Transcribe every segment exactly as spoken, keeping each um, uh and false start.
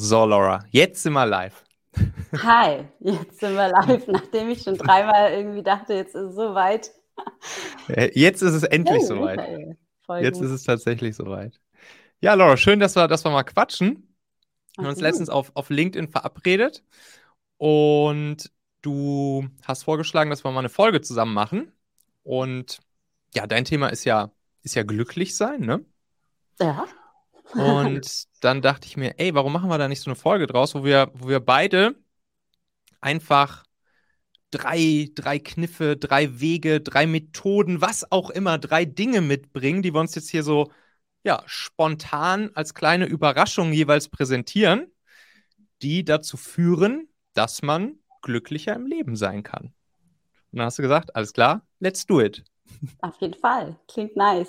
So, Laura, jetzt sind wir live. Hi, jetzt sind wir live, nachdem ich schon dreimal irgendwie dachte, jetzt ist es soweit. Jetzt ist es endlich Hey, soweit. Michael, voll Jetzt gut. ist es tatsächlich soweit. Ja, Laura, schön, dass wir, dass wir mal quatschen. Wir haben uns Absolut. letztens auf, auf LinkedIn verabredet und du hast vorgeschlagen, dass wir mal eine Folge zusammen machen. Und ja, dein Thema ist ja, ist ja glücklich sein, ne? Ja. Und dann dachte ich mir, ey, warum machen wir da nicht so eine Folge draus, wo wir, wo wir beide einfach drei, drei Kniffe, drei Wege, drei Methoden, was auch immer, drei Dinge mitbringen, die wir uns jetzt hier so ja, spontan als kleine Überraschung jeweils präsentieren, die dazu führen, dass man glücklicher im Leben sein kann. Und dann hast du gesagt, alles klar, let's do it. Auf jeden Fall, klingt nice.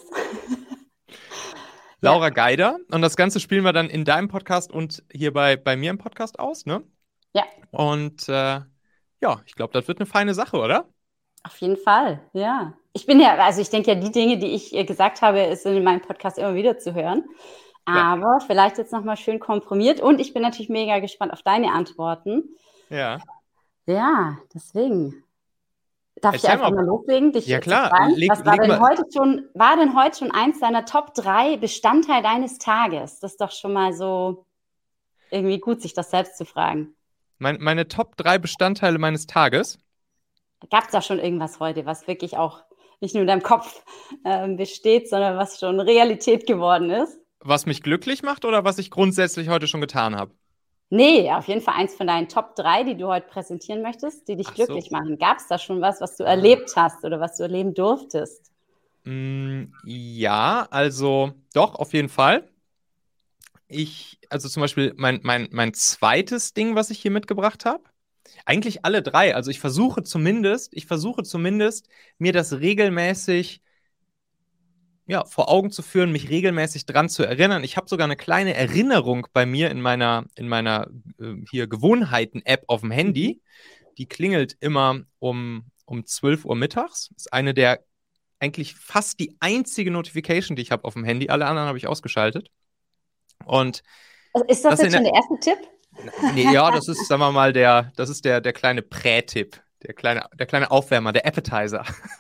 Laura Ja. Geider. Und das Ganze spielen wir dann in deinem Podcast und hier bei, bei mir im Podcast aus, ne? Ja, Und äh, ja, ich glaube, das wird eine feine Sache, oder? auf jeden Fall, ja. Ich bin ja, also ich denke ja, die Dinge, die ich äh, gesagt habe, ist in meinem Podcast immer wieder zu hören. Klar. Aber vielleicht jetzt nochmal schön komprimiert. Und ich bin natürlich mega gespannt auf deine Antworten. Ja. Ja, deswegen. Darf Erzähl ich einfach mal. mal loslegen, dich Ja, zu klar. fragen? Leg- Was war leg denn mal- heute schon, war denn heute schon eins deiner Top drei Bestandteil deines Tages? Das ist doch schon mal so irgendwie gut, sich das selbst zu fragen. Mein, meine Top drei Bestandteile meines Tages. Gab es da schon irgendwas heute, was wirklich auch nicht nur in deinem Kopf ähm, besteht, sondern was schon Realität geworden ist? Was mich glücklich macht oder was ich grundsätzlich heute schon getan habe? Nee, auf jeden Fall eins von deinen Top drei, die du heute präsentieren möchtest, die dich Ach so. glücklich machen. Gab es da schon was, was du erlebt hast oder was du erleben durftest? Mm, ja, also doch, auf jeden Fall. Ich, also zum Beispiel mein, mein, mein zweites Ding, was ich hier mitgebracht habe. Eigentlich alle drei. Also ich versuche zumindest, ich versuche zumindest, mir das regelmäßig ja, vor Augen zu führen, mich regelmäßig dran zu erinnern. Ich habe sogar eine kleine Erinnerung bei mir in meiner, in meiner äh, hier Gewohnheiten-App auf dem Handy. Die klingelt immer um, um zwölf Uhr mittags. Ist eine der eigentlich fast die einzige Notification, die ich habe auf dem Handy. Alle anderen habe ich ausgeschaltet. Und Ist das, das jetzt in schon der- der erste Tipp? nee, ja, das ist, sagen wir mal, der, das ist der, der kleine Prä-Tipp, der kleine, der kleine Aufwärmer, der Appetizer.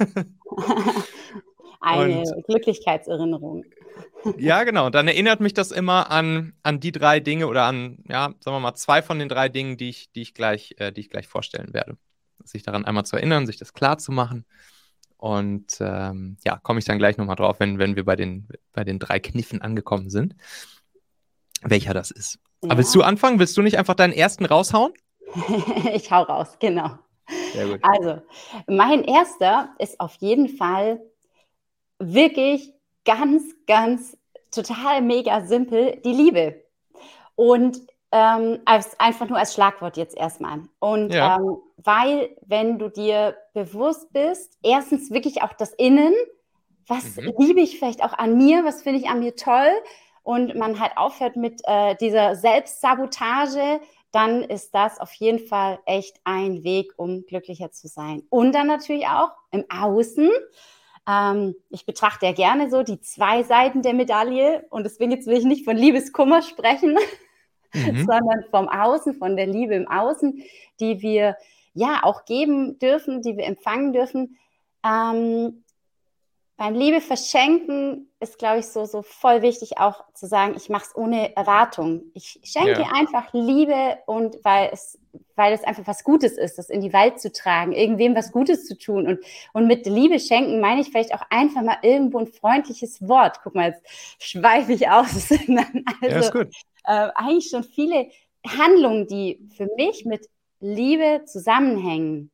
Eine Und- Glücklichkeitserinnerung. Ja, genau. Dann erinnert mich das immer an, an die drei Dinge oder an, ja, sagen wir mal, zwei von den drei Dingen, die ich, die ich gleich, äh, die ich gleich vorstellen werde. Sich daran einmal zu erinnern, sich das klar zu machen. Und ähm, ja, komme ich dann gleich nochmal drauf, wenn, wenn wir bei den, bei den drei Kniffen angekommen sind, welcher das ist. Ja. Aber willst du anfangen? Willst du nicht einfach deinen ersten raushauen? Ich hau raus, genau. Sehr gut. Also, mein erster ist auf jeden Fall wirklich ganz, ganz total mega simpel, die Liebe. Und ähm, als, einfach nur als Schlagwort jetzt erstmal. Und Ja. ähm, weil, wenn du dir bewusst bist, erstens wirklich auch das Innen, was Mhm. liebe ich vielleicht auch an mir, was finde ich an mir toll, und man halt aufhört mit äh, dieser Selbstsabotage, dann ist das auf jeden Fall echt ein Weg, um glücklicher zu sein. Und dann natürlich auch im Außen. Ähm, ich betrachte ja gerne so die zwei Seiten der Medaille, und deswegen jetzt will ich nicht von Liebeskummer sprechen, Mhm. sondern vom Außen, von der Liebe im Außen, die wir ja auch geben dürfen, die wir empfangen dürfen. Ähm, beim Liebe verschenken ist, glaube ich, so, so voll wichtig auch zu sagen, ich mache es ohne Erwartung. Ich schenke Ja. einfach Liebe, und weil es, weil es einfach was Gutes ist, das in die Welt zu tragen, irgendwem was Gutes zu tun. Und, und mit Liebe schenken meine ich vielleicht auch einfach mal irgendwo ein freundliches Wort. Guck mal, jetzt schweife ich aus. Das sind dann Ja, ist also gut. äh, eigentlich schon viele Handlungen, die für mich mit Liebe zusammenhängen.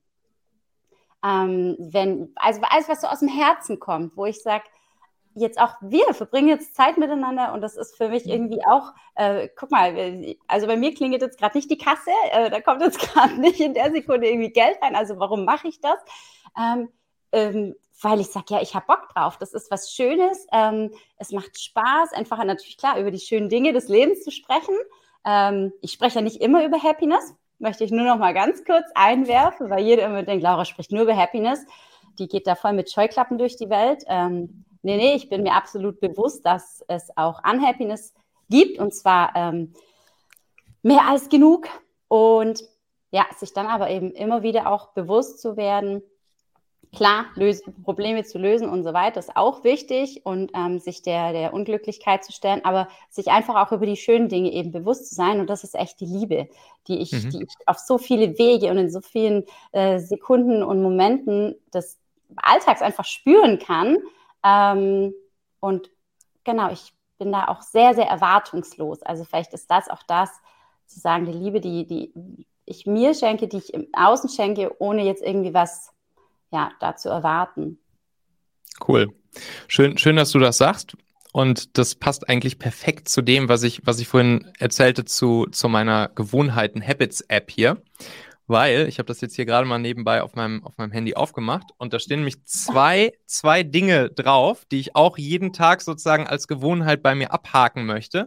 Ähm, wenn, also alles, was so aus dem Herzen kommt, wo ich sage, jetzt auch wir verbringen jetzt Zeit miteinander, und das ist für mich irgendwie auch, äh, guck mal, also bei mir klingelt jetzt gerade nicht die Kasse, äh, da kommt jetzt gerade nicht in der Sekunde irgendwie Geld rein, also warum mache ich das? Ähm, ähm, weil ich sage, ja, ich habe Bock drauf, das ist was Schönes, ähm, es macht Spaß, einfach natürlich klar über die schönen Dinge des Lebens zu sprechen. Ähm, ich spreche ja nicht immer über Happiness, möchte ich nur noch mal ganz kurz einwerfen, weil jeder immer denkt, Laura spricht nur über Happiness, die geht da voll mit Scheuklappen durch die Welt. Ähm, nee, nee, ich bin mir absolut bewusst, dass es auch Unhappiness gibt, und zwar ähm, mehr als genug. Und ja, sich dann aber eben immer wieder auch bewusst zu werden, klar, lösen, Probleme zu lösen und so weiter ist auch wichtig und ähm, sich der, der Unglücklichkeit zu stellen, aber sich einfach auch über die schönen Dinge eben bewusst zu sein und das ist echt die Liebe, die ich, Mhm. die ich auf so viele Wege und in so vielen äh, Sekunden und Momenten des Alltags einfach spüren kann. Ähm, und genau, ich bin da auch sehr, sehr erwartungslos. Also vielleicht ist das auch das, zu sagen, die Liebe, die, die ich mir schenke, die ich im Außen schenke, ohne jetzt irgendwie was ja, da zu erwarten. Cool. Schön, schön, dass du das sagst. Und das passt eigentlich perfekt zu dem, was ich, was ich vorhin erzählte zu, zu meiner Gewohnheiten-Habits-App hier. Weil, ich habe das jetzt hier gerade mal nebenbei auf meinem, auf meinem Handy aufgemacht und da stehen nämlich zwei, zwei Dinge drauf, die ich auch jeden Tag sozusagen als Gewohnheit bei mir abhaken möchte,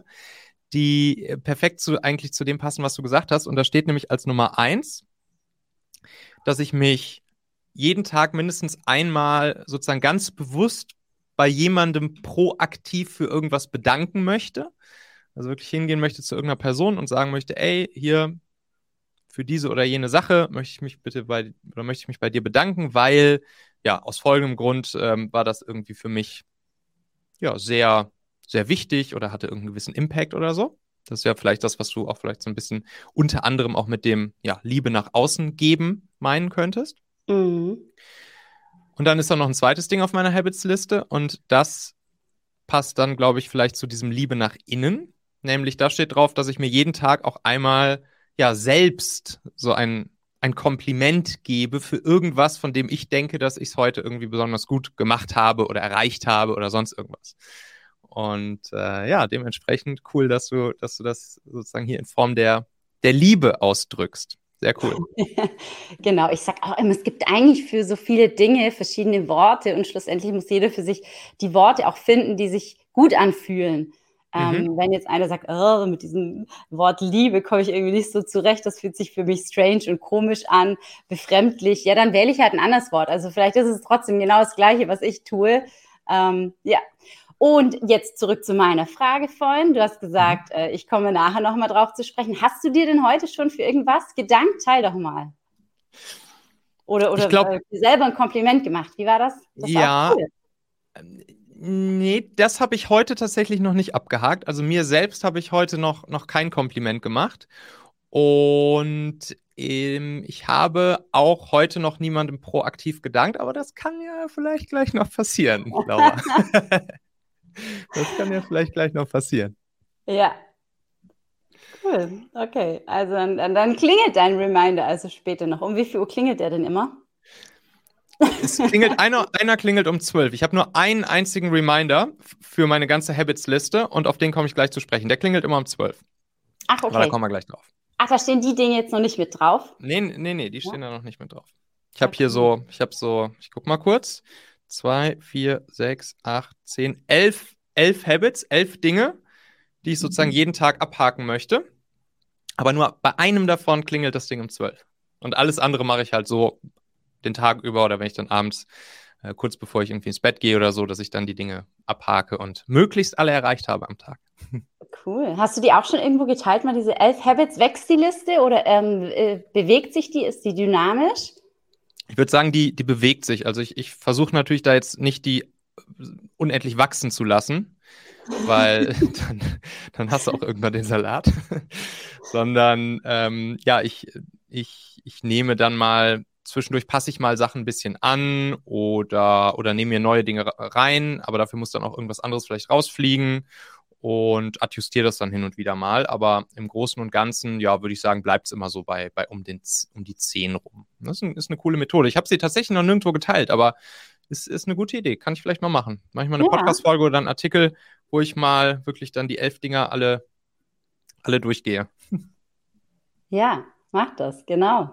die perfekt zu, eigentlich zu dem passen, was du gesagt hast. Und da steht nämlich als Nummer eins, dass ich mich jeden Tag mindestens einmal sozusagen ganz bewusst bei jemandem proaktiv für irgendwas bedanken möchte. Also wirklich hingehen möchte zu irgendeiner Person und sagen möchte, ey, hier für diese oder jene Sache möchte ich mich bitte bei oder möchte ich mich bei dir bedanken, weil ja aus folgendem Grund ähm, war das irgendwie für mich ja sehr sehr wichtig oder hatte irgendeinen gewissen Impact oder so. Das ist ja vielleicht das, was du auch vielleicht so ein bisschen unter anderem auch mit dem ja Liebe nach außen geben meinen könntest. Mhm. Und dann ist da noch ein zweites Ding auf meiner Habits-Liste und das passt dann, glaube ich, vielleicht zu diesem Liebe nach innen. Nämlich da steht drauf, dass ich mir jeden Tag auch einmal ja selbst so ein, ein Kompliment gebe für irgendwas, von dem ich denke, dass ich es heute irgendwie besonders gut gemacht habe oder erreicht habe oder sonst irgendwas. Und äh, ja, dementsprechend cool, dass du, dass du das sozusagen hier in Form der, der Liebe ausdrückst. Sehr cool. Genau, ich sage auch immer, es gibt eigentlich für so viele Dinge verschiedene Worte und schlussendlich muss jeder für sich die Worte auch finden, die sich gut anfühlen. Mhm. Ähm, wenn jetzt einer sagt, oh, mit diesem Wort Liebe komme ich irgendwie nicht so zurecht, das fühlt sich für mich strange und komisch an, befremdlich, ja, dann wähle ich halt ein anderes Wort. Also vielleicht ist es trotzdem genau das Gleiche, was ich tue. Ähm, ja. Und jetzt zurück zu meiner Frage vorhin. Du hast gesagt, Mhm. äh, ich komme nachher nochmal drauf zu sprechen. Hast du dir denn heute schon für irgendwas gedankt? Teil doch mal. Oder, Ich oder glaube, äh, dir selber ein Kompliment gemacht. Wie war das? Das war auch ja, cool. nee, das habe ich heute tatsächlich noch nicht abgehakt. Also mir selbst habe ich heute noch, noch kein Kompliment gemacht. Und ähm, ich habe auch heute noch niemandem proaktiv gedankt, aber das kann ja vielleicht gleich noch passieren, Laura. Das kann ja vielleicht gleich noch passieren. Ja, cool. Okay, also dann, dann, dann klingelt dein Reminder also später noch. Um wie viel Uhr klingelt der denn immer? Es klingelt, einer, einer klingelt um zwölf. Ich habe nur einen einzigen Reminder f- für meine ganze Habits-Liste und auf den komme ich gleich zu sprechen. Der klingelt immer um zwölf. Ach, Aber da okay. kommen wir gleich drauf. Ach, da stehen die Dinge jetzt noch nicht mit drauf. Nee, nee, nee, die Ja, stehen da noch nicht mit drauf. Ich habe hier okay. so, ich habe so, ich guck mal kurz. Zwei, vier, sechs, acht, zehn, elf, elf Habits, elf Dinge, die ich sozusagen jeden Tag abhaken möchte. Aber nur bei einem davon klingelt das Ding um zwölf. Und alles andere mache ich halt so den Tag über oder wenn ich dann abends, äh, kurz bevor ich irgendwie ins Bett gehe oder so, dass ich dann die Dinge abhake und möglichst alle erreicht habe am Tag. Cool. Hast du die auch schon irgendwo geteilt, mal diese elf Habits? Wächst die Liste oder ähm, äh, bewegt sich die? Ist die dynamisch? Ich würde sagen, die, die bewegt sich. Also ich, ich versuche natürlich da jetzt nicht die unendlich wachsen zu lassen, weil dann, dann hast du auch irgendwann den Salat. Sondern ähm, ja, ich, ich, ich nehme dann mal, zwischendurch passe ich mal Sachen ein bisschen an oder, oder nehme mir neue Dinge rein, aber dafür muss dann auch irgendwas anderes vielleicht rausfliegen und adjustiere das dann hin und wieder mal. Aber im Großen und Ganzen, ja, würde ich sagen, bleibt es immer so bei, bei um, den, um die zehn rum. Das ist, ein, ist eine coole Methode. Ich habe sie tatsächlich noch nirgendwo geteilt, aber es ist eine gute Idee. Kann ich vielleicht mal machen. Manchmal eine Ja, Podcast-Folge oder einen Artikel, wo ich mal wirklich dann die elf Dinger alle, alle durchgehe. ja, mach das, genau.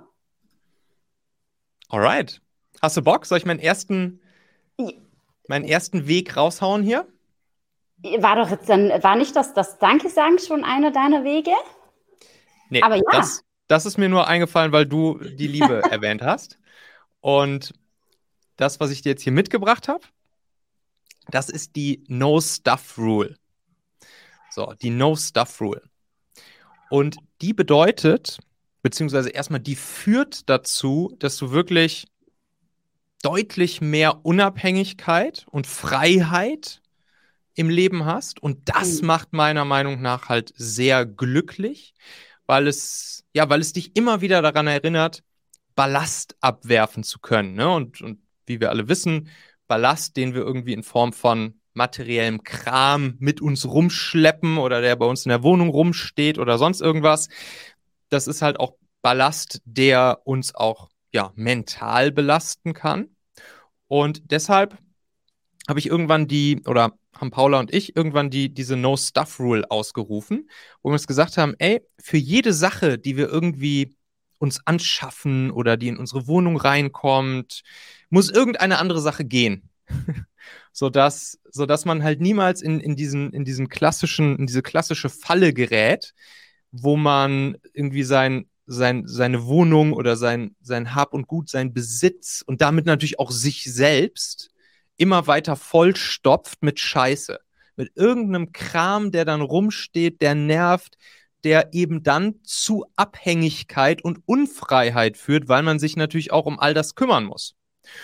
Alright. Hast du Bock? Soll ich meinen ersten, meinen ersten Weg raushauen hier? War doch jetzt dann, war nicht das, das Danke sagen schon einer deiner Wege? Nee, Aber ja, das, das ist mir nur eingefallen, weil du die Liebe erwähnt hast. Und das, was ich dir jetzt hier mitgebracht habe, das ist die No-Stuff-Rule. So, die No-Stuff-Rule. Und die bedeutet, beziehungsweise erstmal die führt dazu, dass du wirklich deutlich mehr Unabhängigkeit und Freiheit im Leben hast. Und das Mhm. macht meiner Meinung nach halt sehr glücklich, weil es, ja, weil es dich immer wieder daran erinnert, Ballast abwerfen zu können. Ne? Und, und wie wir alle wissen, Ballast, den wir irgendwie in Form von materiellem Kram mit uns rumschleppen oder der bei uns in der Wohnung rumsteht oder sonst irgendwas, das ist halt auch Ballast, der uns auch ja, mental belasten kann. Und deshalb habe ich irgendwann die, oder haben Paula und ich irgendwann die, diese No-Stuff-Rule ausgerufen, wo wir uns gesagt haben, ey, für jede Sache, die wir irgendwie uns anschaffen oder die in unsere Wohnung reinkommt, muss irgendeine andere Sache gehen. sodass, sodass man halt niemals in, in, diesen, in diesen klassischen, in diese klassische Falle gerät, wo man irgendwie sein, sein, seine Wohnung oder sein, sein Hab und Gut, sein Besitz und damit natürlich auch sich selbst immer weiter vollstopft mit Scheiße. Mit irgendeinem Kram, der dann rumsteht, der nervt, der eben dann zu Abhängigkeit und Unfreiheit führt, weil man sich natürlich auch um all das kümmern muss.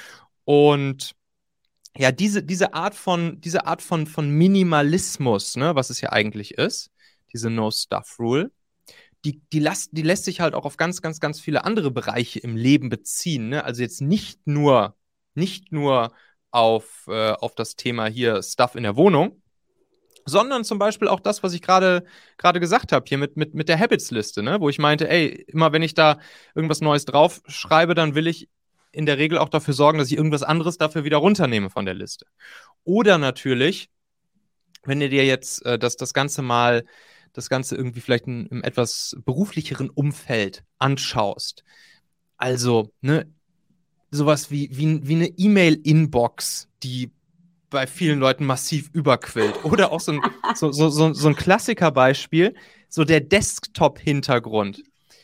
Und ja, diese, diese Art von, diese Art von, von Minimalismus, ne, was es ja eigentlich ist, diese No-Stuff-Rule, die, die, las, die lässt sich halt auch auf ganz, ganz, ganz viele andere Bereiche im Leben beziehen. Ne? Also jetzt nicht nur, nicht nur auf, äh, auf das Thema hier Stuff in der Wohnung, sondern zum Beispiel auch das, was ich gerade gerade gesagt habe, hier mit, mit, mit der Habits-Liste, ne? Wo ich meinte, ey, immer wenn ich da irgendwas Neues draufschreibe, dann will ich in der Regel auch dafür sorgen, dass ich irgendwas anderes dafür wieder runternehme von der Liste. Oder natürlich, wenn du dir jetzt äh, das, das Ganze mal, das Ganze irgendwie vielleicht in, im etwas beruflicheren Umfeld anschaust. Also, ne, sowas wie, wie, wie eine E-Mail-Inbox, die bei vielen Leuten massiv überquillt. Oder auch so ein, so, so, so, so ein Klassikerbeispiel, so der Desktop-Hintergrund.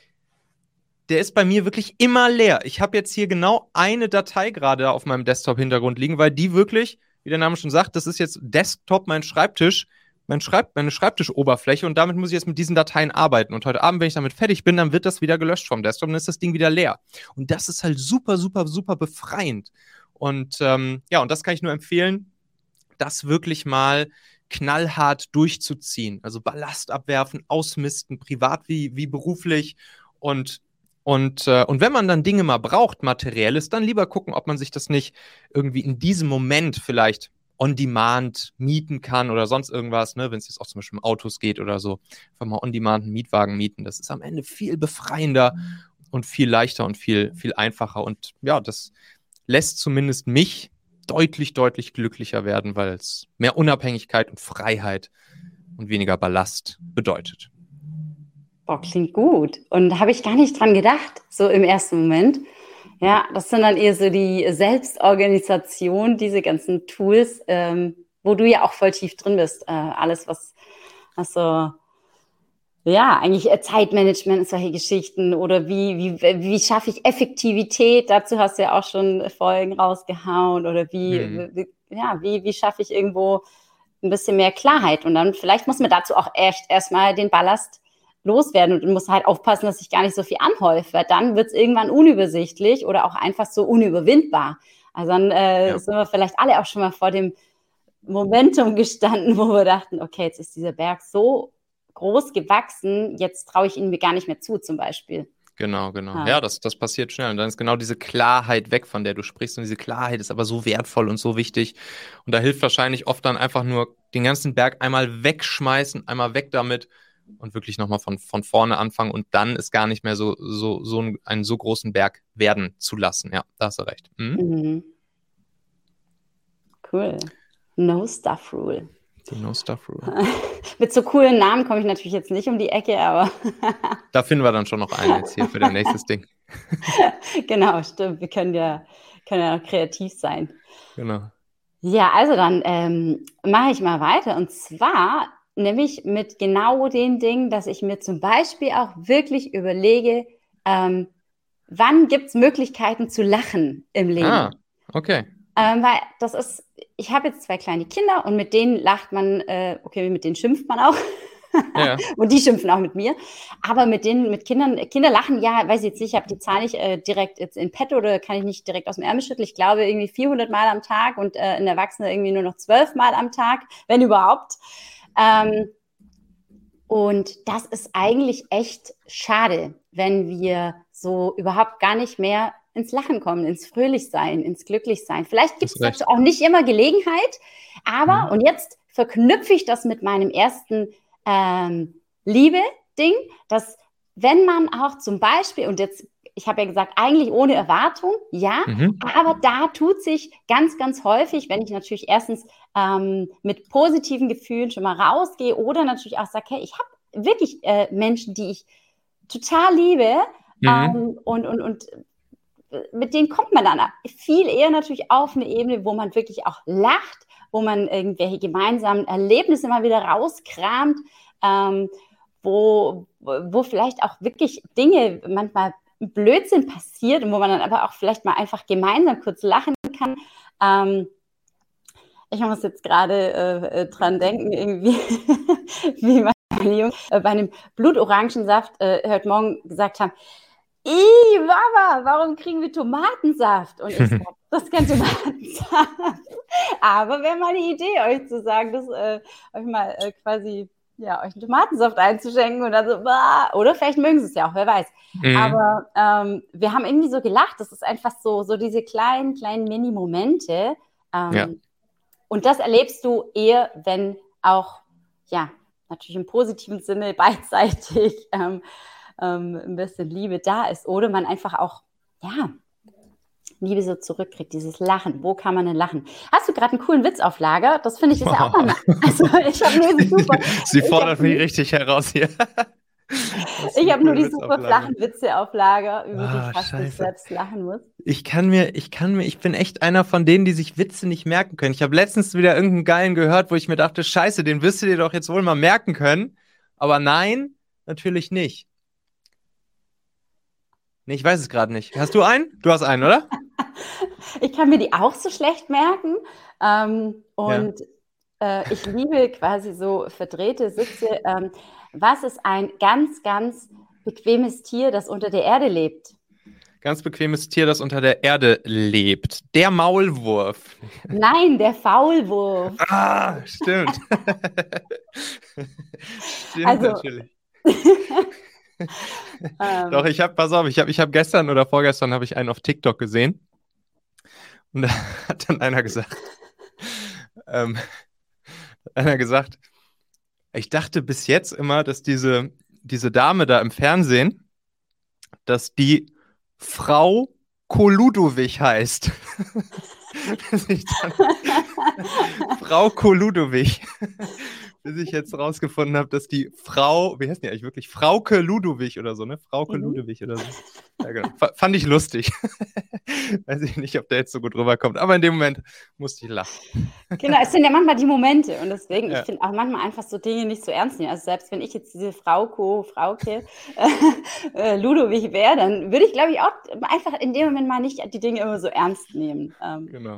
Der ist bei mir wirklich immer leer. Ich habe jetzt hier genau eine Datei gerade auf meinem Desktop-Hintergrund liegen, weil die wirklich, wie der Name schon sagt, das ist jetzt Desktop, mein Schreibtisch, mein Schreib meine Schreibtischoberfläche und damit muss ich jetzt mit diesen Dateien arbeiten. Und heute Abend, wenn ich damit fertig bin, dann wird das wieder gelöscht vom Desktop und dann ist das Ding wieder leer. Und das ist halt super, super, super befreiend. Und ähm, ja, und das kann ich nur empfehlen, das wirklich mal knallhart durchzuziehen. Also Ballast abwerfen, ausmisten, privat wie, wie beruflich. Und, und, äh, und wenn man dann Dinge mal braucht, Materielles, dann lieber gucken, ob man sich das nicht irgendwie in diesem Moment vielleicht on demand mieten kann oder sonst irgendwas, ne? Wenn es jetzt auch zum Beispiel um Autos geht oder so. Einfach mal on demand einen Mietwagen mieten. Das ist am Ende viel befreiender und viel leichter und viel, viel einfacher. Und ja, das lässt zumindest mich deutlich, deutlich glücklicher werden, weil es mehr Unabhängigkeit und Freiheit und weniger Ballast bedeutet. Boah, klingt gut. Und da habe ich gar nicht dran gedacht, so im ersten Moment. Ja, das sind dann eher so die Selbstorganisation, diese ganzen Tools, ähm, wo du ja auch voll tief drin bist. Äh, alles, was, was so, ja, eigentlich Zeitmanagement und solche Geschichten oder wie, wie, wie schaffe ich Effektivität? Dazu hast du ja auch schon Folgen rausgehauen oder wie, Hm. wie ja, wie, wie schaffe ich irgendwo ein bisschen mehr Klarheit? Und dann vielleicht muss man dazu auch echt erstmal den Ballast loswerden und muss halt aufpassen, dass ich gar nicht so viel anhäufe, weil dann wird es irgendwann unübersichtlich oder auch einfach so unüberwindbar. Also dann äh, Ja. sind wir vielleicht alle auch schon mal vor dem Momentum gestanden, wo wir dachten, okay, jetzt ist dieser Berg so groß gewachsen, jetzt traue ich ihn mir gar nicht mehr zu, zum Beispiel. Genau, genau. Ja. Ja, das, das passiert schnell. Und dann ist genau diese Klarheit weg, von der du sprichst. Und diese Klarheit ist aber so wertvoll und so wichtig. Und da hilft wahrscheinlich oft dann einfach nur den ganzen Berg einmal wegschmeißen, einmal weg damit und wirklich nochmal von, von vorne anfangen und dann ist gar nicht mehr so, so, so einen, einen so großen Berg werden zu lassen. Ja, da hast du recht. Mhm. Mhm. Cool. No Stuff Rule. Die No Stuff Rule. Mit so coolen Namen komme ich natürlich jetzt nicht um die Ecke, aber da finden wir dann schon noch einen jetzt hier für dein nächstes Ding. Genau, stimmt. Wir können ja, können ja noch kreativ sein. Genau. Ja, also dann ähm, mache ich mal weiter. Und zwar nämlich mit genau den Dingen, dass ich mir zum Beispiel auch wirklich überlege, ähm, wann gibt es Möglichkeiten zu lachen im Leben? Ah, okay. Ähm, weil das ist, ich habe jetzt zwei kleine Kinder und mit denen lacht man, äh, okay, mit denen schimpft man auch. Ja. Und die schimpfen auch mit mir. Aber mit denen, mit Kindern, Kinder lachen, ja, weiß ich jetzt nicht, ich habe die Zahl nicht äh, direkt jetzt in petto oder kann ich nicht direkt aus dem Ärmel schütteln. Ich glaube irgendwie vierhundert Mal am Tag und äh, ein Erwachsener irgendwie nur noch zwölf Mal am Tag, wenn überhaupt. Ähm, und das ist eigentlich echt schade, wenn wir so überhaupt gar nicht mehr ins Lachen kommen, ins Fröhlichsein, ins Glücklichsein. Vielleicht gibt es dazu auch nicht immer Gelegenheit, aber, mhm. und jetzt verknüpfe ich das mit meinem ersten ähm, Liebe-Ding, dass wenn man auch zum Beispiel, und jetzt, ich habe ja gesagt, eigentlich ohne Erwartung, ja, mhm. aber da tut sich ganz, ganz häufig, wenn ich natürlich erstens ähm, mit positiven Gefühlen schon mal rausgehe oder natürlich auch sage, hey, ich habe wirklich äh, Menschen, die ich total liebe, mhm. ähm, und, und, und mit denen kommt man dann viel eher natürlich auf eine Ebene, wo man wirklich auch lacht, wo man irgendwelche gemeinsamen Erlebnisse mal wieder rauskramt, ähm, wo, wo vielleicht auch wirklich Dinge manchmal Blödsinn passiert und wo man dann aber auch vielleicht mal einfach gemeinsam kurz lachen kann. Ähm, ich muss jetzt gerade äh, dran denken, irgendwie, wie meine Jungs äh, bei einem Blutorangensaft äh, heute Morgen gesagt haben, Ih, Mama, warum kriegen wir Tomatensaft? Und ich sage, das ist kein Tomatensaft. Aber wäre mal eine Idee, euch zu sagen, dass äh, euch mal äh, quasi, ja, euch einen Tomatensaft einzuschenken und dann so, bah, oder vielleicht mögen sie es ja auch, wer weiß. Mhm. Aber ähm, wir haben irgendwie so gelacht, das ist einfach so, so diese kleinen, kleinen Mini-Momente. Ähm, ja. Und das erlebst du eher, wenn auch, ja, natürlich im positiven Sinne beidseitig ähm, ähm, ein bisschen Liebe da ist oder man einfach auch, ja, Liebe so zurückkriegt, dieses Lachen. Wo kann man denn lachen? Hast du gerade einen coolen Witz auf Lager? Das finde ich ist ja auch mal. Also ich habe nur die super. Sie fordert mich richtig heraus hier. Ich habe nur die super flachen Witze auf Lager, über die ich fast selbst lachen muss. Ich kann mir, ich kann mir, ich bin echt einer von denen, die sich Witze nicht merken können. Ich habe letztens wieder irgendeinen geilen gehört, wo ich mir dachte, scheiße, den wirst du dir doch jetzt wohl mal merken können. Aber nein, natürlich nicht. Nee, ich weiß es gerade nicht. Hast du einen? Du hast einen, oder? Ich kann mir die auch so schlecht merken. Ähm, und ja. äh, ich liebe quasi so verdrehte Sitze. Ähm, was ist ein ganz, ganz bequemes Tier, das unter der Erde lebt? Ganz bequemes Tier, das unter der Erde lebt. Der Maulwurf. Nein, der Faulwurf. Ah, stimmt. Stimmt also, natürlich. Doch, ich habe, pass auf, ich habe ich hab gestern oder vorgestern habe ich einen auf TikTok gesehen und da hat dann einer gesagt, ähm, einer gesagt, ich dachte bis jetzt immer, dass diese, diese Dame da im Fernsehen, dass die Frau Koludowich heißt. Bis ich dann, Frau Koludowich. Bis ich jetzt rausgefunden habe, dass die Frau, wie heißt die eigentlich wirklich? Frauke Ludowig oder so, ne? Frauke mhm. Ludowig oder so. Ja, genau. F- fand ich lustig. Weiß ich nicht, ob der jetzt so gut rüberkommt, aber in dem Moment musste ich lachen. Genau, es sind ja manchmal die Momente und deswegen, ja. ich finde auch manchmal einfach so Dinge nicht so ernst nehmen. Also selbst wenn ich jetzt diese Frauko, Frauke äh, Ludowig wäre, dann würde ich, glaube ich, auch einfach in dem Moment mal nicht die Dinge immer so ernst nehmen. Ähm. Genau.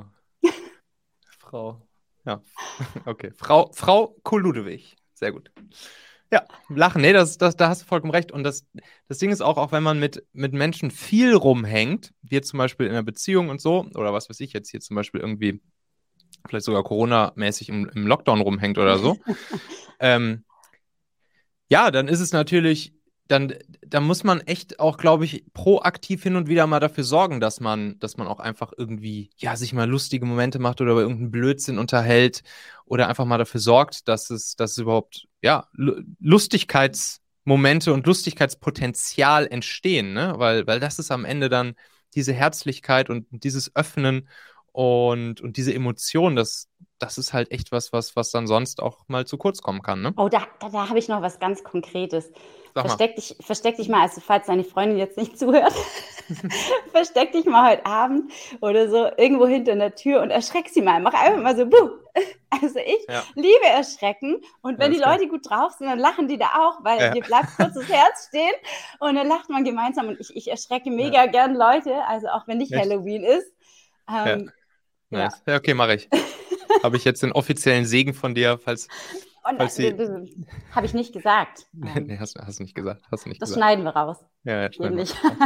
Frau. Ja, okay. Frau, Frau Koludowig. Sehr gut. Ja, lachen. Nee, das, das, da hast du vollkommen recht. Und das, das Ding ist auch, auch wenn man mit, mit Menschen viel rumhängt, wie jetzt zum Beispiel in einer Beziehung und so, oder was weiß ich jetzt hier zum Beispiel irgendwie, vielleicht sogar Corona-mäßig im, im Lockdown rumhängt oder so, ähm, ja, dann ist es natürlich, dann, dann muss man echt auch, glaube ich, proaktiv hin und wieder mal dafür sorgen, dass man, dass man auch einfach irgendwie, ja, sich mal lustige Momente macht oder über irgendeinen Blödsinn unterhält oder einfach mal dafür sorgt, dass es, dass es überhaupt, ja, Lustigkeitsmomente und Lustigkeitspotenzial entstehen, ne? Weil, weil das ist am Ende dann diese Herzlichkeit und dieses Öffnen und, und diese Emotion, das, das ist halt echt was, was, was dann sonst auch mal zu kurz kommen kann, ne? Oh, da, da, da habe ich noch was ganz Konkretes. Versteck dich, versteck dich mal, also falls deine Freundin jetzt nicht zuhört, versteck dich mal heute Abend oder so irgendwo hinter der Tür und erschreck sie mal. Mach einfach mal so, buh. Also ich ja. liebe Erschrecken und wenn ja, die Leute klar. gut drauf sind, dann lachen die da auch, weil ja. dir bleibt kurz das Herz stehen und dann lacht man gemeinsam und ich, ich erschrecke mega ja. gern Leute, also auch wenn nicht Echt? Halloween ist. Ähm, ja. Nice. ja. ja, okay, mache ich. Habe ich jetzt den offiziellen Segen von dir, falls... Und Falls äh, Sie, das habe ich nicht gesagt. nee, Ähm, nee, hast, hast du nicht gesagt. Hast du nicht das gesagt. schneiden wir raus. Ja, ja, Geht schneiden wir nicht. raus.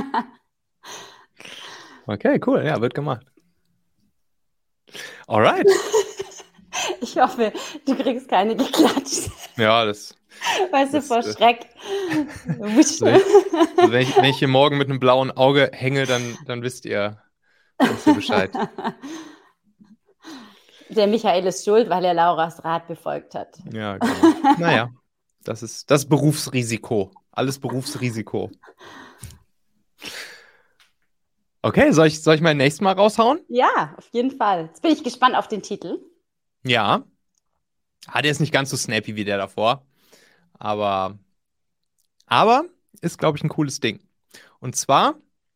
Okay, cool. Ja, wird gemacht. Alright. Ich hoffe, du kriegst keine geklatscht. Ja, das, Weißt du, das, vor äh, Schreck. Wusch. also wenn ich, also wenn ich, wenn ich hier morgen mit einem blauen Auge hänge, dann, dann wisst ihr, wisst ihr Bescheid. Der Michael ist schuld, weil er Lauras Rat befolgt hat. Ja, genau. Naja, das ist das Berufsrisiko. Alles Berufsrisiko. Okay, soll ich, soll ich mein nächstes Mal raushauen? Ja, auf jeden Fall. Jetzt bin ich gespannt auf den Titel. Ja. Ah, der ist nicht ganz so snappy wie der davor. Aber, aber ist, glaube ich, ein cooles Ding. Und zwar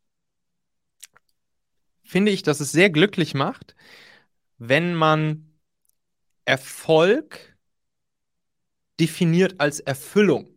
finde ich, dass es sehr glücklich macht, wenn man Erfolg definiert als Erfüllung.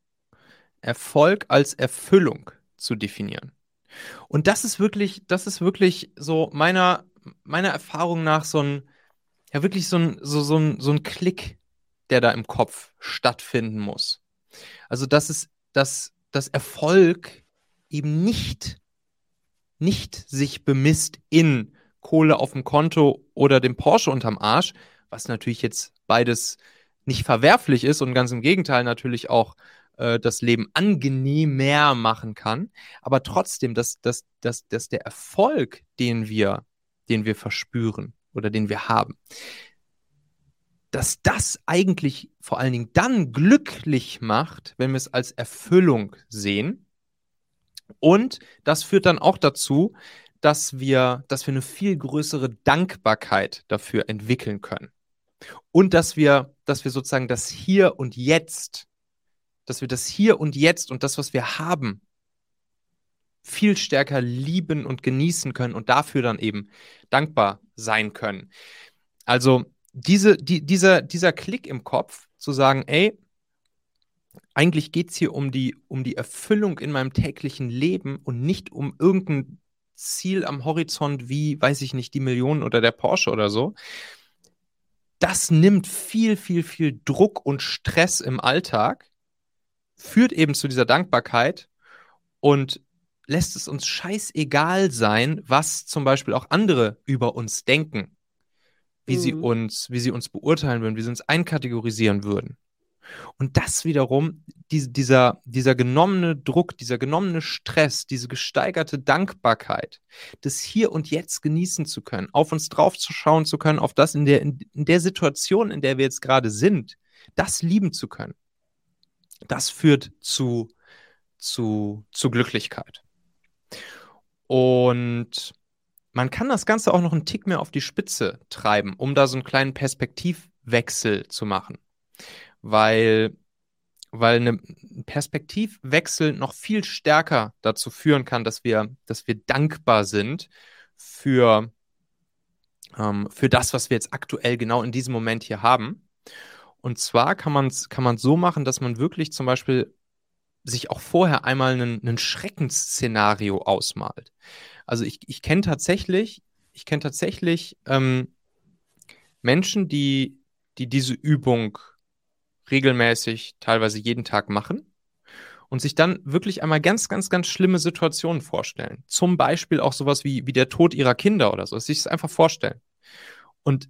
Erfolg als Erfüllung zu definieren. Und das ist wirklich, das ist wirklich so meiner, meiner Erfahrung nach so ein, ja, wirklich so ein, so, so ein, so ein Klick, der da im Kopf stattfinden muss. Also, dass es, dass, dass Erfolg eben nicht, nicht sich bemisst in Kohle auf dem Konto oder dem Porsche unterm Arsch, was natürlich jetzt beides nicht verwerflich ist und ganz im Gegenteil natürlich auch äh, das Leben angenehmer machen kann. Aber trotzdem, dass, dass, dass, dass der Erfolg, den wir, den wir verspüren oder den wir haben, dass das eigentlich vor allen Dingen dann glücklich macht, wenn wir es als Erfüllung sehen. Und das führt dann auch dazu, dass wir, dass wir eine viel größere Dankbarkeit dafür entwickeln können. Und dass wir, dass wir sozusagen das Hier und Jetzt, dass wir das Hier und Jetzt und das, was wir haben, viel stärker lieben und genießen können und dafür dann eben dankbar sein können. Also diese, die, dieser, dieser Klick im Kopf, zu sagen, ey, eigentlich geht es hier um die, um die Erfüllung in meinem täglichen Leben und nicht um irgendein Ziel am Horizont wie, weiß ich nicht, die Millionen oder der Porsche oder so. Das nimmt viel, viel, viel Druck und Stress im Alltag, führt eben zu dieser Dankbarkeit und lässt es uns scheißegal sein, was zum Beispiel auch andere über uns denken, wie sie Mhm. uns, wie sie uns beurteilen würden, wie sie uns einkategorisieren würden. Und das wiederum, die, dieser, dieser genommene Druck, dieser genommene Stress, diese gesteigerte Dankbarkeit, das Hier und Jetzt genießen zu können, auf uns drauf zu schauen zu können, auf das in der, in, in der Situation, in der wir jetzt gerade sind, das lieben zu können, das führt zu, zu, zu Glücklichkeit. Und man kann das Ganze auch noch einen Tick mehr auf die Spitze treiben, um da so einen kleinen Perspektivwechsel zu machen. Weil, weil eine- ein Perspektivwechsel noch viel stärker dazu führen kann, dass wir, dass wir dankbar sind für, ähm, für das, was wir jetzt aktuell genau in diesem Moment hier haben. Und zwar kann man es kann man so machen, dass man wirklich zum Beispiel sich auch vorher einmal einen, einen Schreckensszenario ausmalt. Also ich, ich kenne tatsächlich, ich kenne tatsächlich ähm, Menschen, die, die diese Übung regelmäßig, teilweise jeden Tag machen und sich dann wirklich einmal ganz, ganz, ganz schlimme Situationen vorstellen. Zum Beispiel auch sowas wie, wie der Tod ihrer Kinder oder so. Sich das einfach vorstellen. Und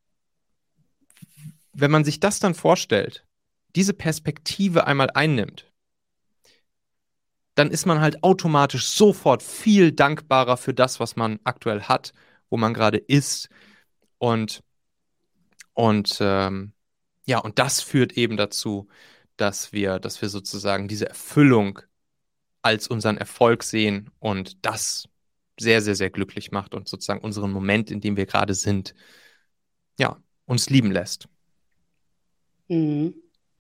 wenn man sich das dann vorstellt, diese Perspektive einmal einnimmt, dann ist man halt automatisch sofort viel dankbarer für das, was man aktuell hat, wo man gerade ist. Und, und ähm, ja, und das führt eben dazu, dass wir, dass wir sozusagen diese Erfüllung als unseren Erfolg sehen und das sehr, sehr, sehr glücklich macht und sozusagen unseren Moment, in dem wir gerade sind, ja, uns lieben lässt. Mhm.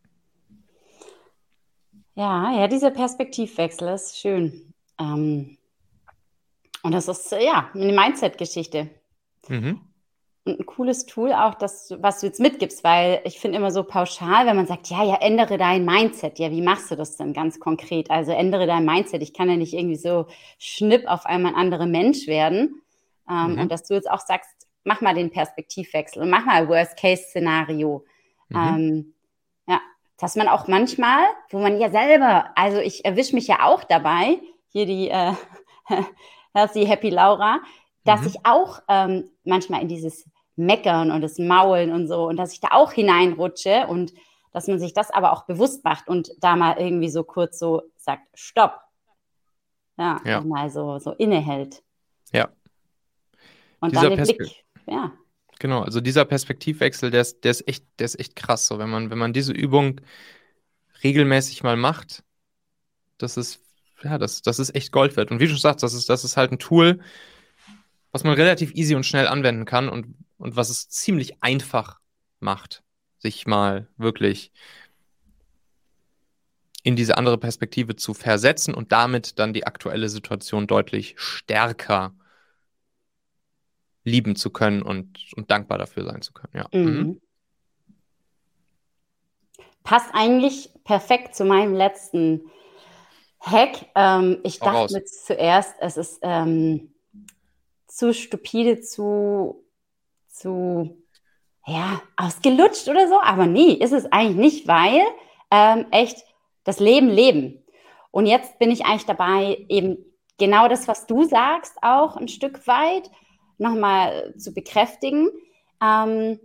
Ja, ja, dieser Perspektivwechsel ist schön. Ähm, und das ist, äh, ja, eine Mindset-Geschichte. Mhm. Und ein cooles Tool auch, das, du- was du jetzt mitgibst, weil ich finde immer so pauschal, wenn man sagt, ja, ja, ändere dein Mindset. Ja, wie machst du das denn ganz konkret? Also ändere dein Mindset. Ich kann ja nicht irgendwie so schnipp auf einmal ein anderer Mensch werden. Ähm, Mhm. und dass du jetzt auch sagst, mach mal den Perspektivwechsel und mach mal ein Worst-Case-Szenario. Mhm. Ähm, dass man auch manchmal, wo man ja selber, also ich erwische mich ja auch dabei, hier die äh, Healthy Happy Laura, dass Mhm. ich auch ähm, manchmal in dieses Meckern und das Maulen und so und dass ich da auch hineinrutsche und dass man sich das aber auch bewusst macht und da mal irgendwie so kurz so sagt, Stopp. Ja, Ja, und mal so, so innehält. ja. Und dann Dieser den Perspekt Blick, ja. genau, also dieser Perspektivwechsel, der ist, der ist echt, der ist echt krass. So, wenn man, wenn man diese Übung regelmäßig mal macht, das ist, ja, das, das ist echt Gold wert. Und wie du schon sagst, das ist, das ist halt ein Tool, was man relativ easy und schnell anwenden kann und, und was es ziemlich einfach macht, sich mal wirklich in diese andere Perspektive zu versetzen und damit dann die aktuelle Situation deutlich stärker lieben zu können und, und dankbar dafür sein zu können. Ja. Mhm. Mhm. Passt eigentlich perfekt zu meinem letzten Hack. Ähm, ich Hau dachte raus. mir zuerst, es ist ähm, zu stupide, zu, zu, ja, ausgelutscht oder so. Aber nee, ist es eigentlich nicht, weil ähm, echt das Leben leben. Und jetzt bin ich eigentlich dabei, eben genau das, was du sagst, auch ein Stück weit nochmal zu bekräftigen. Ähm,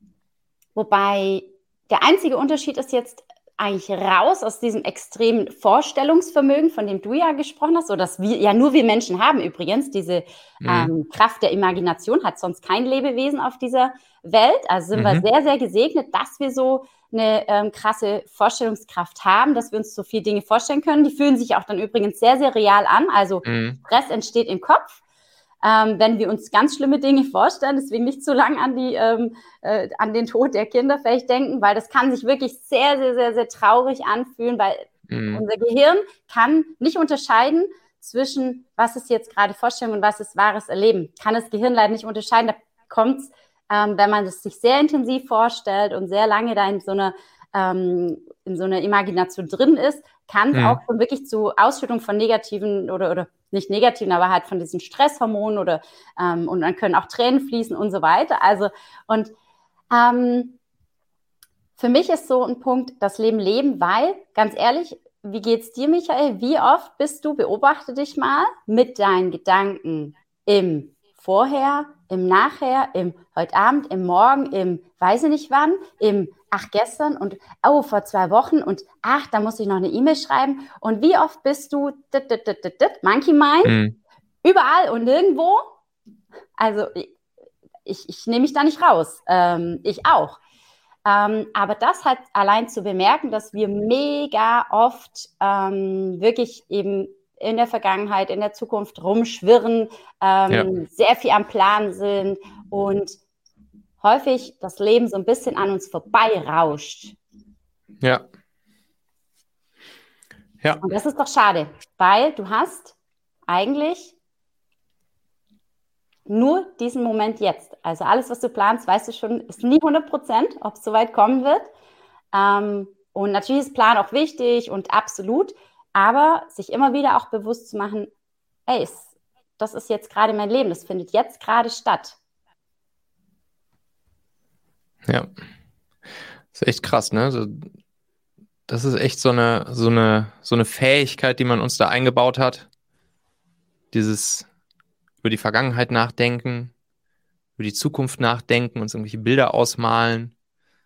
wobei der einzige Unterschied ist jetzt eigentlich raus aus diesem extremen Vorstellungsvermögen, von dem du ja gesprochen hast, oder das wir, ja nur wir Menschen haben übrigens, diese Mhm. ähm, Kraft der Imagination, hat sonst kein Lebewesen auf dieser Welt. Also sind wir Mhm. sehr, sehr gesegnet, dass wir so eine ähm, krasse Vorstellungskraft haben, dass wir uns so viele Dinge vorstellen können. Die fühlen sich auch dann übrigens sehr, sehr real an. Also Mhm. Stress entsteht im Kopf. Ähm, wenn wir uns ganz schlimme Dinge vorstellen, deswegen nicht zu lange an, die, ähm, äh, an den Tod der Kinder vielleicht denken, weil das kann sich wirklich sehr, sehr, sehr, sehr traurig anfühlen, weil Mhm. unser Gehirn kann nicht unterscheiden zwischen, was ist jetzt gerade Vorstellung und was ist wahres Erleben. Kann das Gehirn leider nicht unterscheiden. Da kommt es, ähm, wenn man es sich sehr intensiv vorstellt und sehr lange da in so einer, ähm, in so einer Imagination drin ist, kann es auch Mhm. schon wirklich zu Ausschüttung von negativen oder, oder nicht negativen, aber halt von diesen Stresshormonen oder ähm, und dann können auch Tränen fließen und so weiter. Also und ähm, für mich ist so ein Punkt, das Leben leben, weil, ganz ehrlich, wie geht's dir, Michael? Wie oft bist du, beobachte dich mal, mit deinen Gedanken im Vorher, im Nachher, im heute Abend, im Morgen, im weiß ich nicht wann, im ach gestern und oh vor zwei Wochen und ach, da muss ich noch eine E-Mail schreiben. Und wie oft bist du dit, dit, dit, dit, dit, Monkey Mind, Mhm. überall und nirgendwo? Also ich, ich nehme mich da nicht raus. Ähm, ich auch. Ähm, aber das halt allein zu bemerken, dass wir mega oft ähm, wirklich eben in der Vergangenheit, in der Zukunft rumschwirren, Ja. ähm, sehr viel am Plan sind und häufig das Leben so ein bisschen an uns vorbei rauscht. Ja. Ja. Und das ist doch schade, weil du hast eigentlich nur diesen Moment jetzt. Also alles, was du planst, weißt du schon, ist nie hundert Prozent, ob es soweit kommen wird. Ähm, und natürlich ist Plan auch wichtig und absolut, aber sich immer wieder auch bewusst zu machen, ey, es, das ist jetzt gerade mein Leben, das findet jetzt gerade statt. Ja. Das ist echt krass, ne? So, das ist echt so eine, so eine, so eine Fähigkeit, die man uns da eingebaut hat. Dieses über die Vergangenheit nachdenken, über die Zukunft nachdenken, uns irgendwelche Bilder ausmalen.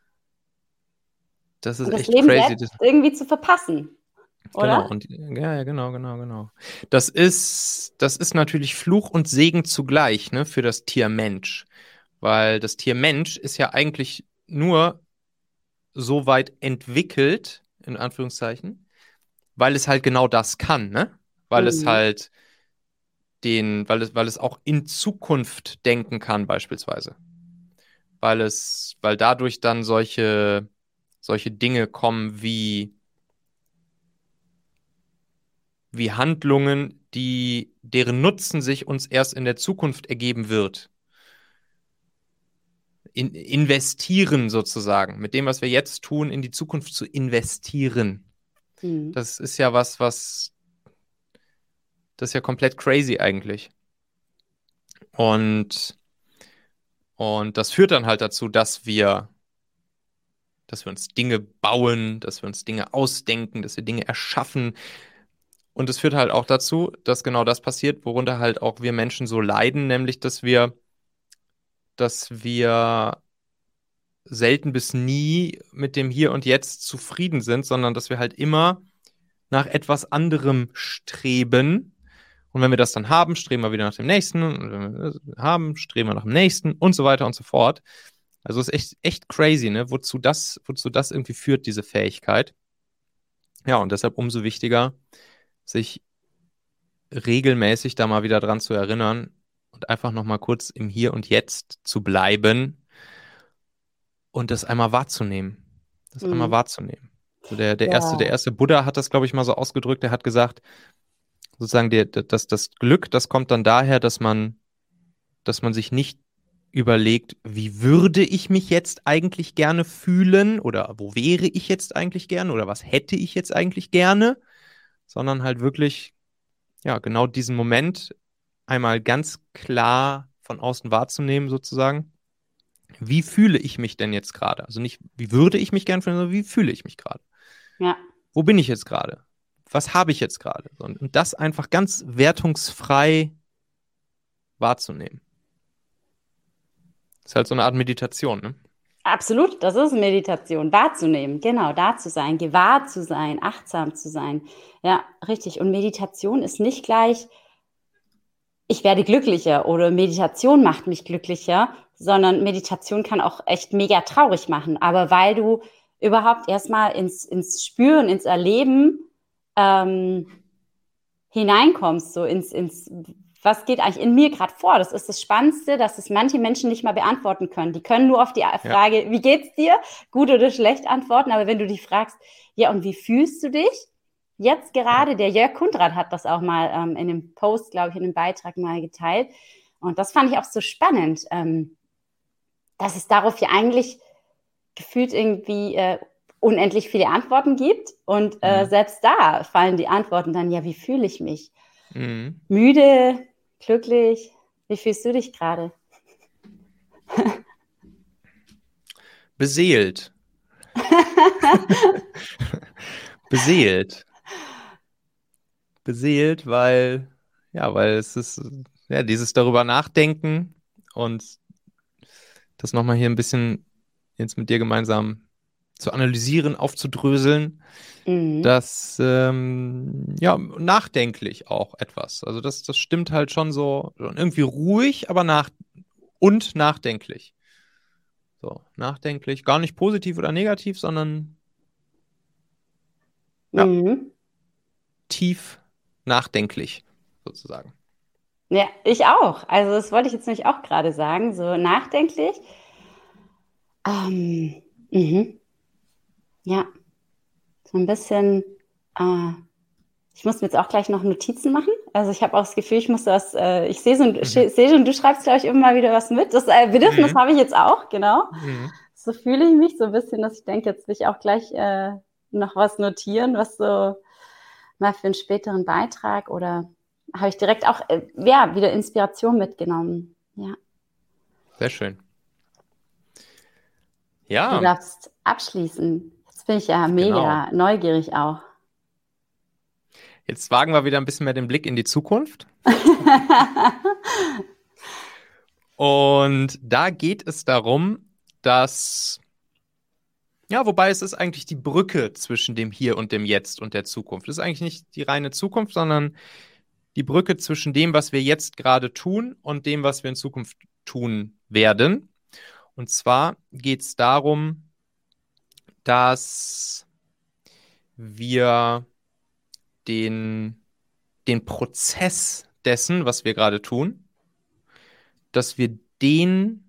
Das ist Und das echt Leben crazy. selbst Das, irgendwie zu verpassen, genau. oder? Und ja, ja, genau, genau, genau. Das ist, das ist natürlich Fluch und Segen zugleich, ne, für das Tier Mensch. Weil das Tier Mensch ist ja eigentlich nur so weit entwickelt, in Anführungszeichen, weil es halt genau das kann, ne? Weil es Mhm. halt den, weil es, weil es auch in Zukunft denken kann, beispielsweise. Weil es, weil dadurch dann solche, solche Dinge kommen wie, wie Handlungen, die, deren Nutzen sich uns erst in der Zukunft ergeben wird. In, investieren sozusagen, mit dem, was wir jetzt tun, in die Zukunft zu investieren. Mhm. Das ist ja was, was, das ist ja komplett crazy eigentlich. Und, und das führt dann halt dazu, dass wir, dass wir uns Dinge bauen, dass wir uns Dinge ausdenken, dass wir Dinge erschaffen. Und es führt halt auch dazu, dass genau das passiert, worunter halt auch wir Menschen so leiden, nämlich dass wir, dass wir selten bis nie mit dem Hier und Jetzt zufrieden sind, sondern dass wir halt immer nach etwas anderem streben. Und wenn wir das dann haben, streben wir wieder nach dem nächsten. Und wenn wir das haben, streben wir nach dem nächsten und so weiter und so fort. Also es ist echt, echt crazy, ne? Wozu das, wozu das irgendwie führt, diese Fähigkeit. Ja, und deshalb umso wichtiger, sich regelmäßig da mal wieder dran zu erinnern und einfach nochmal kurz im Hier und Jetzt zu bleiben und das einmal wahrzunehmen. Das Mhm. einmal wahrzunehmen. So der, der, Ja. erste, der erste Buddha hat das, glaube ich, mal so ausgedrückt. Der hat gesagt, sozusagen, der, das, das Glück, das kommt dann daher, dass man, dass man sich nicht überlegt, wie würde ich mich jetzt eigentlich gerne fühlen oder wo wäre ich jetzt eigentlich gerne oder was hätte ich jetzt eigentlich gerne, sondern halt wirklich, ja, genau diesen Moment einmal ganz klar von außen wahrzunehmen, sozusagen. Wie fühle ich mich denn jetzt gerade? Also nicht, wie würde ich mich gerne fühlen, sondern wie fühle ich mich gerade? Ja. Wo bin ich jetzt gerade? Was habe ich jetzt gerade? Und das einfach ganz wertungsfrei wahrzunehmen. Das ist halt so eine Art Meditation, ne? Absolut, das ist Meditation, wahrzunehmen, genau, da zu sein, gewahr zu sein, achtsam zu sein. Ja, richtig. Und Meditation ist nicht gleich, ich werde glücklicher oder Meditation macht mich glücklicher, sondern Meditation kann auch echt mega traurig machen. Aber weil du überhaupt erstmal ins, ins Spüren, ins Erleben ähm, hineinkommst, so ins, ins, was geht eigentlich in mir gerade vor? Das ist das Spannendste, dass es manche Menschen nicht mal beantworten können. Die können nur auf die Frage, ja, wie geht's dir? Gut oder schlecht antworten. Aber wenn du dich fragst, ja, und wie fühlst du dich? Jetzt gerade, der Jörg Kundrath hat das auch mal ähm, in einem Post, glaube ich, in einem Beitrag mal geteilt. Und das fand ich auch so spannend, ähm, dass es darauf ja eigentlich gefühlt irgendwie äh, unendlich viele Antworten gibt. Und äh, mhm. selbst da fallen die Antworten dann, ja, wie fühle ich mich? Mhm. Müde, glücklich. Wie fühlst du dich gerade? Beseelt. Beseelt. Beseelt, weil, ja, weil es ist, ja, dieses darüber nachdenken und das nochmal hier ein bisschen jetzt mit dir gemeinsam zu analysieren, aufzudröseln, mhm. das, ähm, ja, nachdenklich auch etwas. Also das, das stimmt halt schon so, irgendwie ruhig, aber nach und nachdenklich. So, nachdenklich, gar nicht positiv oder negativ, sondern ja, mhm. tief nachdenklich, sozusagen. Ja, ich auch. Also das wollte ich jetzt nämlich auch gerade sagen, so nachdenklich. Ähm, mhm. Ja, so ein bisschen, äh, ich muss mir jetzt auch gleich noch Notizen machen. Also ich habe auch das Gefühl, ich muss das, äh, ich sehe so, mhm. seh schon, du schreibst, glaube ich, immer mal wieder was mit. Das äh, Bedürfnis mhm. habe ich jetzt auch, genau. Mhm. So fühle ich mich so ein bisschen, dass ich denke, jetzt will ich auch gleich äh, noch was notieren, was so mal für einen späteren Beitrag oder habe ich direkt auch, äh, ja, wieder Inspiration mitgenommen. Ja. Sehr schön. Ja. Du darfst abschließen. Jetzt bin ich ja mega genau. neugierig auch. Jetzt wagen wir wieder ein bisschen mehr den Blick in die Zukunft. Und da geht es darum, dass, ja, wobei es ist eigentlich die Brücke zwischen dem Hier und dem Jetzt und der Zukunft. Es ist eigentlich nicht die reine Zukunft, sondern die Brücke zwischen dem, was wir jetzt gerade tun und dem, was wir in Zukunft tun werden. Und zwar geht es darum, dass wir den, den Prozess dessen, was wir gerade tun, dass wir den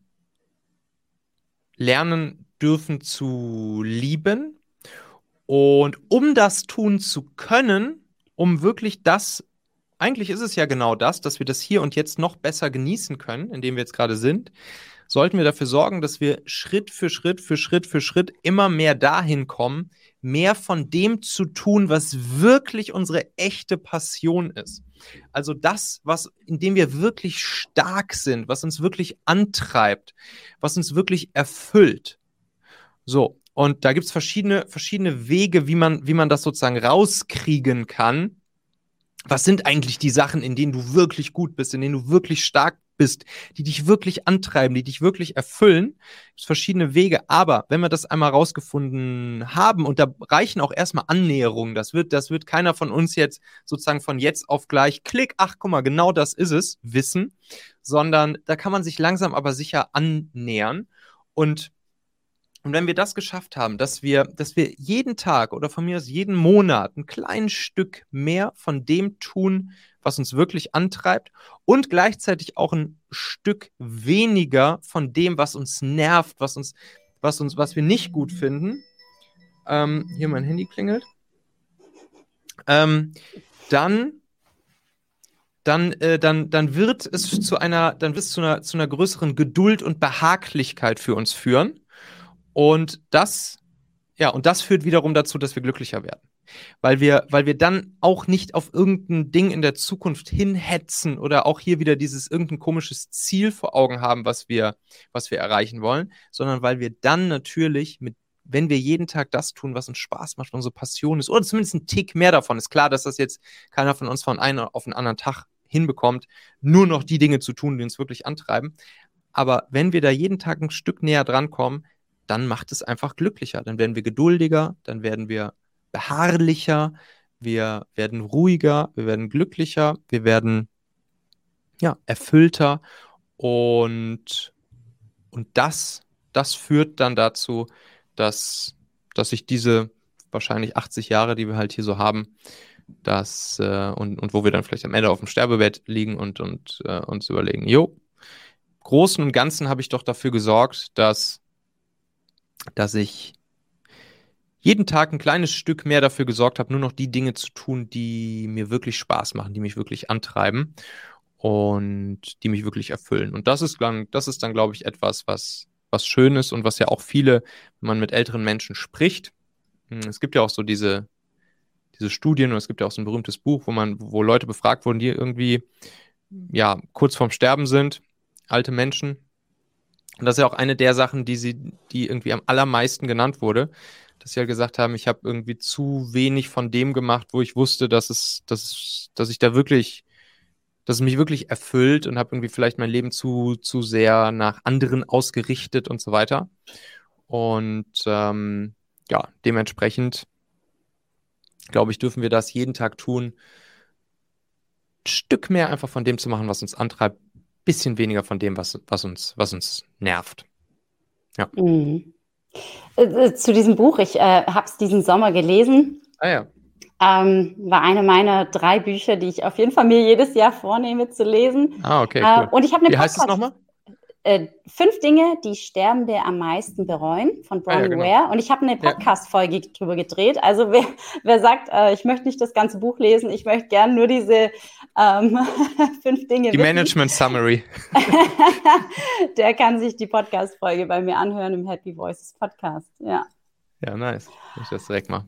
lernen dürfen zu lieben. Und um das tun zu können, um wirklich das, eigentlich ist es ja genau das, dass wir das hier und jetzt noch besser genießen können, in dem wir jetzt gerade sind, sollten wir dafür sorgen, dass wir Schritt für Schritt für Schritt für Schritt immer mehr dahin kommen, mehr von dem zu tun, was wirklich unsere echte Passion ist. Also das, was, in dem wir wirklich stark sind, was uns wirklich antreibt, was uns wirklich erfüllt. So, Und da gibt es verschiedene, verschiedene Wege, wie man, wie man das sozusagen rauskriegen kann. Was sind eigentlich die Sachen, in denen du wirklich gut bist, in denen du wirklich stark bist, die dich wirklich antreiben, die dich wirklich erfüllen? Es gibt verschiedene Wege, aber wenn wir das einmal rausgefunden haben, und da reichen auch erstmal Annäherungen, das wird, das wird keiner von uns jetzt sozusagen von jetzt auf gleich, klick, ach guck mal, genau das ist es, wissen, sondern da kann man sich langsam aber sicher annähern. Und Und wenn wir das geschafft haben, dass wir, dass wir jeden Tag oder von mir aus jeden Monat ein kleines Stück mehr von dem tun, was uns wirklich antreibt, und gleichzeitig auch ein Stück weniger von dem, was uns nervt, was uns, was uns, was wir nicht gut finden. Ähm, hier mein Handy klingelt. Ähm, dann, dann, äh, dann, dann wird es zu einer, dann wird es zu einer, zu einer größeren Geduld und Behaglichkeit für uns führen. Und das, ja, und das führt wiederum dazu, dass wir glücklicher werden. Weil wir, weil wir dann auch nicht auf irgendein Ding in der Zukunft hinhetzen oder auch hier wieder dieses irgendein komisches Ziel vor Augen haben, was wir, was wir erreichen wollen, sondern weil wir dann natürlich mit, wenn wir jeden Tag das tun, was uns Spaß macht, unsere Passion ist, oder zumindest ein Tick mehr davon, ist klar, dass das jetzt keiner von uns von einem auf den anderen Tag hinbekommt, nur noch die Dinge zu tun, die uns wirklich antreiben. Aber wenn wir da jeden Tag ein Stück näher drankommen, dann macht es einfach glücklicher. Dann werden wir geduldiger, dann werden wir beharrlicher, wir werden ruhiger, wir werden glücklicher, wir werden ja, erfüllter, und, und das, das führt dann dazu, dass, dass sich diese wahrscheinlich achtzig Jahre, die wir halt hier so haben, dass, äh, und, und wo wir dann vielleicht am Ende auf dem Sterbebett liegen und, und äh, uns überlegen, jo, im Großen und Ganzen habe ich doch dafür gesorgt, dass dass ich jeden Tag ein kleines Stück mehr dafür gesorgt habe, nur noch die Dinge zu tun, die mir wirklich Spaß machen, die mich wirklich antreiben und die mich wirklich erfüllen. Und das ist dann, das ist dann, glaube ich, etwas, was, was schön ist und was ja auch viele, wenn man mit älteren Menschen spricht, es gibt ja auch so diese, diese Studien, und es gibt ja auch so ein berühmtes Buch, wo man, wo Leute befragt wurden, die irgendwie, ja, kurz vorm Sterben sind, alte Menschen. Und das ist ja auch eine der Sachen, die sie, die irgendwie am allermeisten genannt wurde, dass sie halt gesagt haben, ich habe irgendwie zu wenig von dem gemacht, wo ich wusste, dass es, dass es, dass ich da wirklich, dass es mich wirklich erfüllt, und habe irgendwie vielleicht mein Leben zu, zu sehr nach anderen ausgerichtet und so weiter. Und ähm, ja, dementsprechend, glaube ich, dürfen wir das jeden Tag tun, ein Stück mehr einfach von dem zu machen, was uns antreibt, bisschen weniger von dem, was, was uns, was uns nervt. Ja. Mhm. Äh, Zu diesem Buch, ich äh, habe es diesen Sommer gelesen. Ah ja. Ähm, war eine meiner drei Bücher, die ich auf jeden Fall mir jedes Jahr vornehme zu lesen. Ah, okay, Äh, cool. und ich habe eine Wie heißt es Podcast. nochmal? Äh, fünf Dinge, die Sterbende am meisten bereuen, von Ah, ja, Bronnie genau. Ware. Und ich habe eine Ja. Podcast-Folge drüber gedreht. Also wer, wer sagt, äh, ich möchte nicht das ganze Buch lesen, ich möchte gern nur diese ähm, fünf Dinge Die wissen, Management Summary. der kann sich die Podcast-Folge bei mir anhören im Happy Voices Podcast. Ja. Ja, nice. Ich das direkt mal.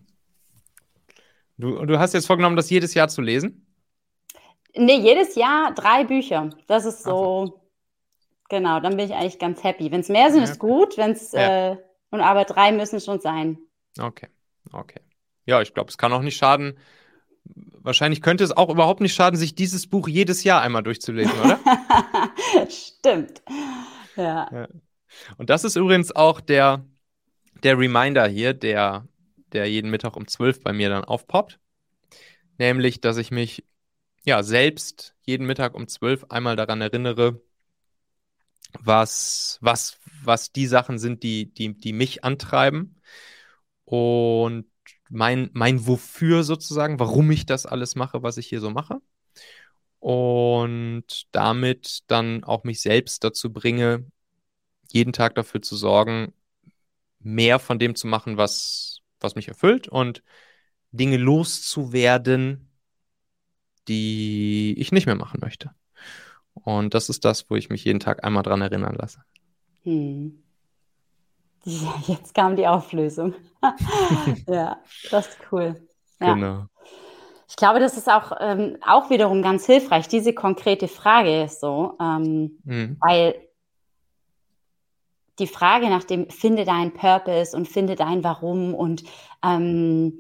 Du, du hast jetzt vorgenommen, das jedes Jahr zu lesen? Nee, jedes Jahr drei Bücher. Das ist so, genau, dann bin ich eigentlich ganz happy. Wenn es mehr sind, Ja, ist okay. gut. Wenn's, Ja. äh, und aber drei müssen schon sein. Okay, okay. Ja, ich glaube, es kann auch nicht schaden. Wahrscheinlich könnte es auch überhaupt nicht schaden, sich dieses Buch jedes Jahr einmal durchzulesen, oder? Stimmt. Ja. Ja. Und das ist übrigens auch der, der Reminder hier, der, der jeden Mittag um zwölf bei mir dann aufpoppt. Nämlich, dass ich mich ja selbst jeden Mittag um zwölf einmal daran erinnere, was, was, was die Sachen sind, die, die, die mich antreiben. Und mein, mein Wofür sozusagen, warum ich das alles mache, was ich hier so mache. Und damit dann auch mich selbst dazu bringe, jeden Tag dafür zu sorgen, mehr von dem zu machen, was, was mich erfüllt, und Dinge loszuwerden, die ich nicht mehr machen möchte. Und das ist das, wo ich mich jeden Tag einmal dran erinnern lasse. Hm. Ja, jetzt kam die Auflösung. Ja, das ist cool. Ja. Genau. Ich glaube, das ist auch, ähm, auch wiederum ganz hilfreich, diese konkrete Frage so, ähm, Mhm. weil die Frage nach dem finde deinen Purpose und finde dein Warum und ähm,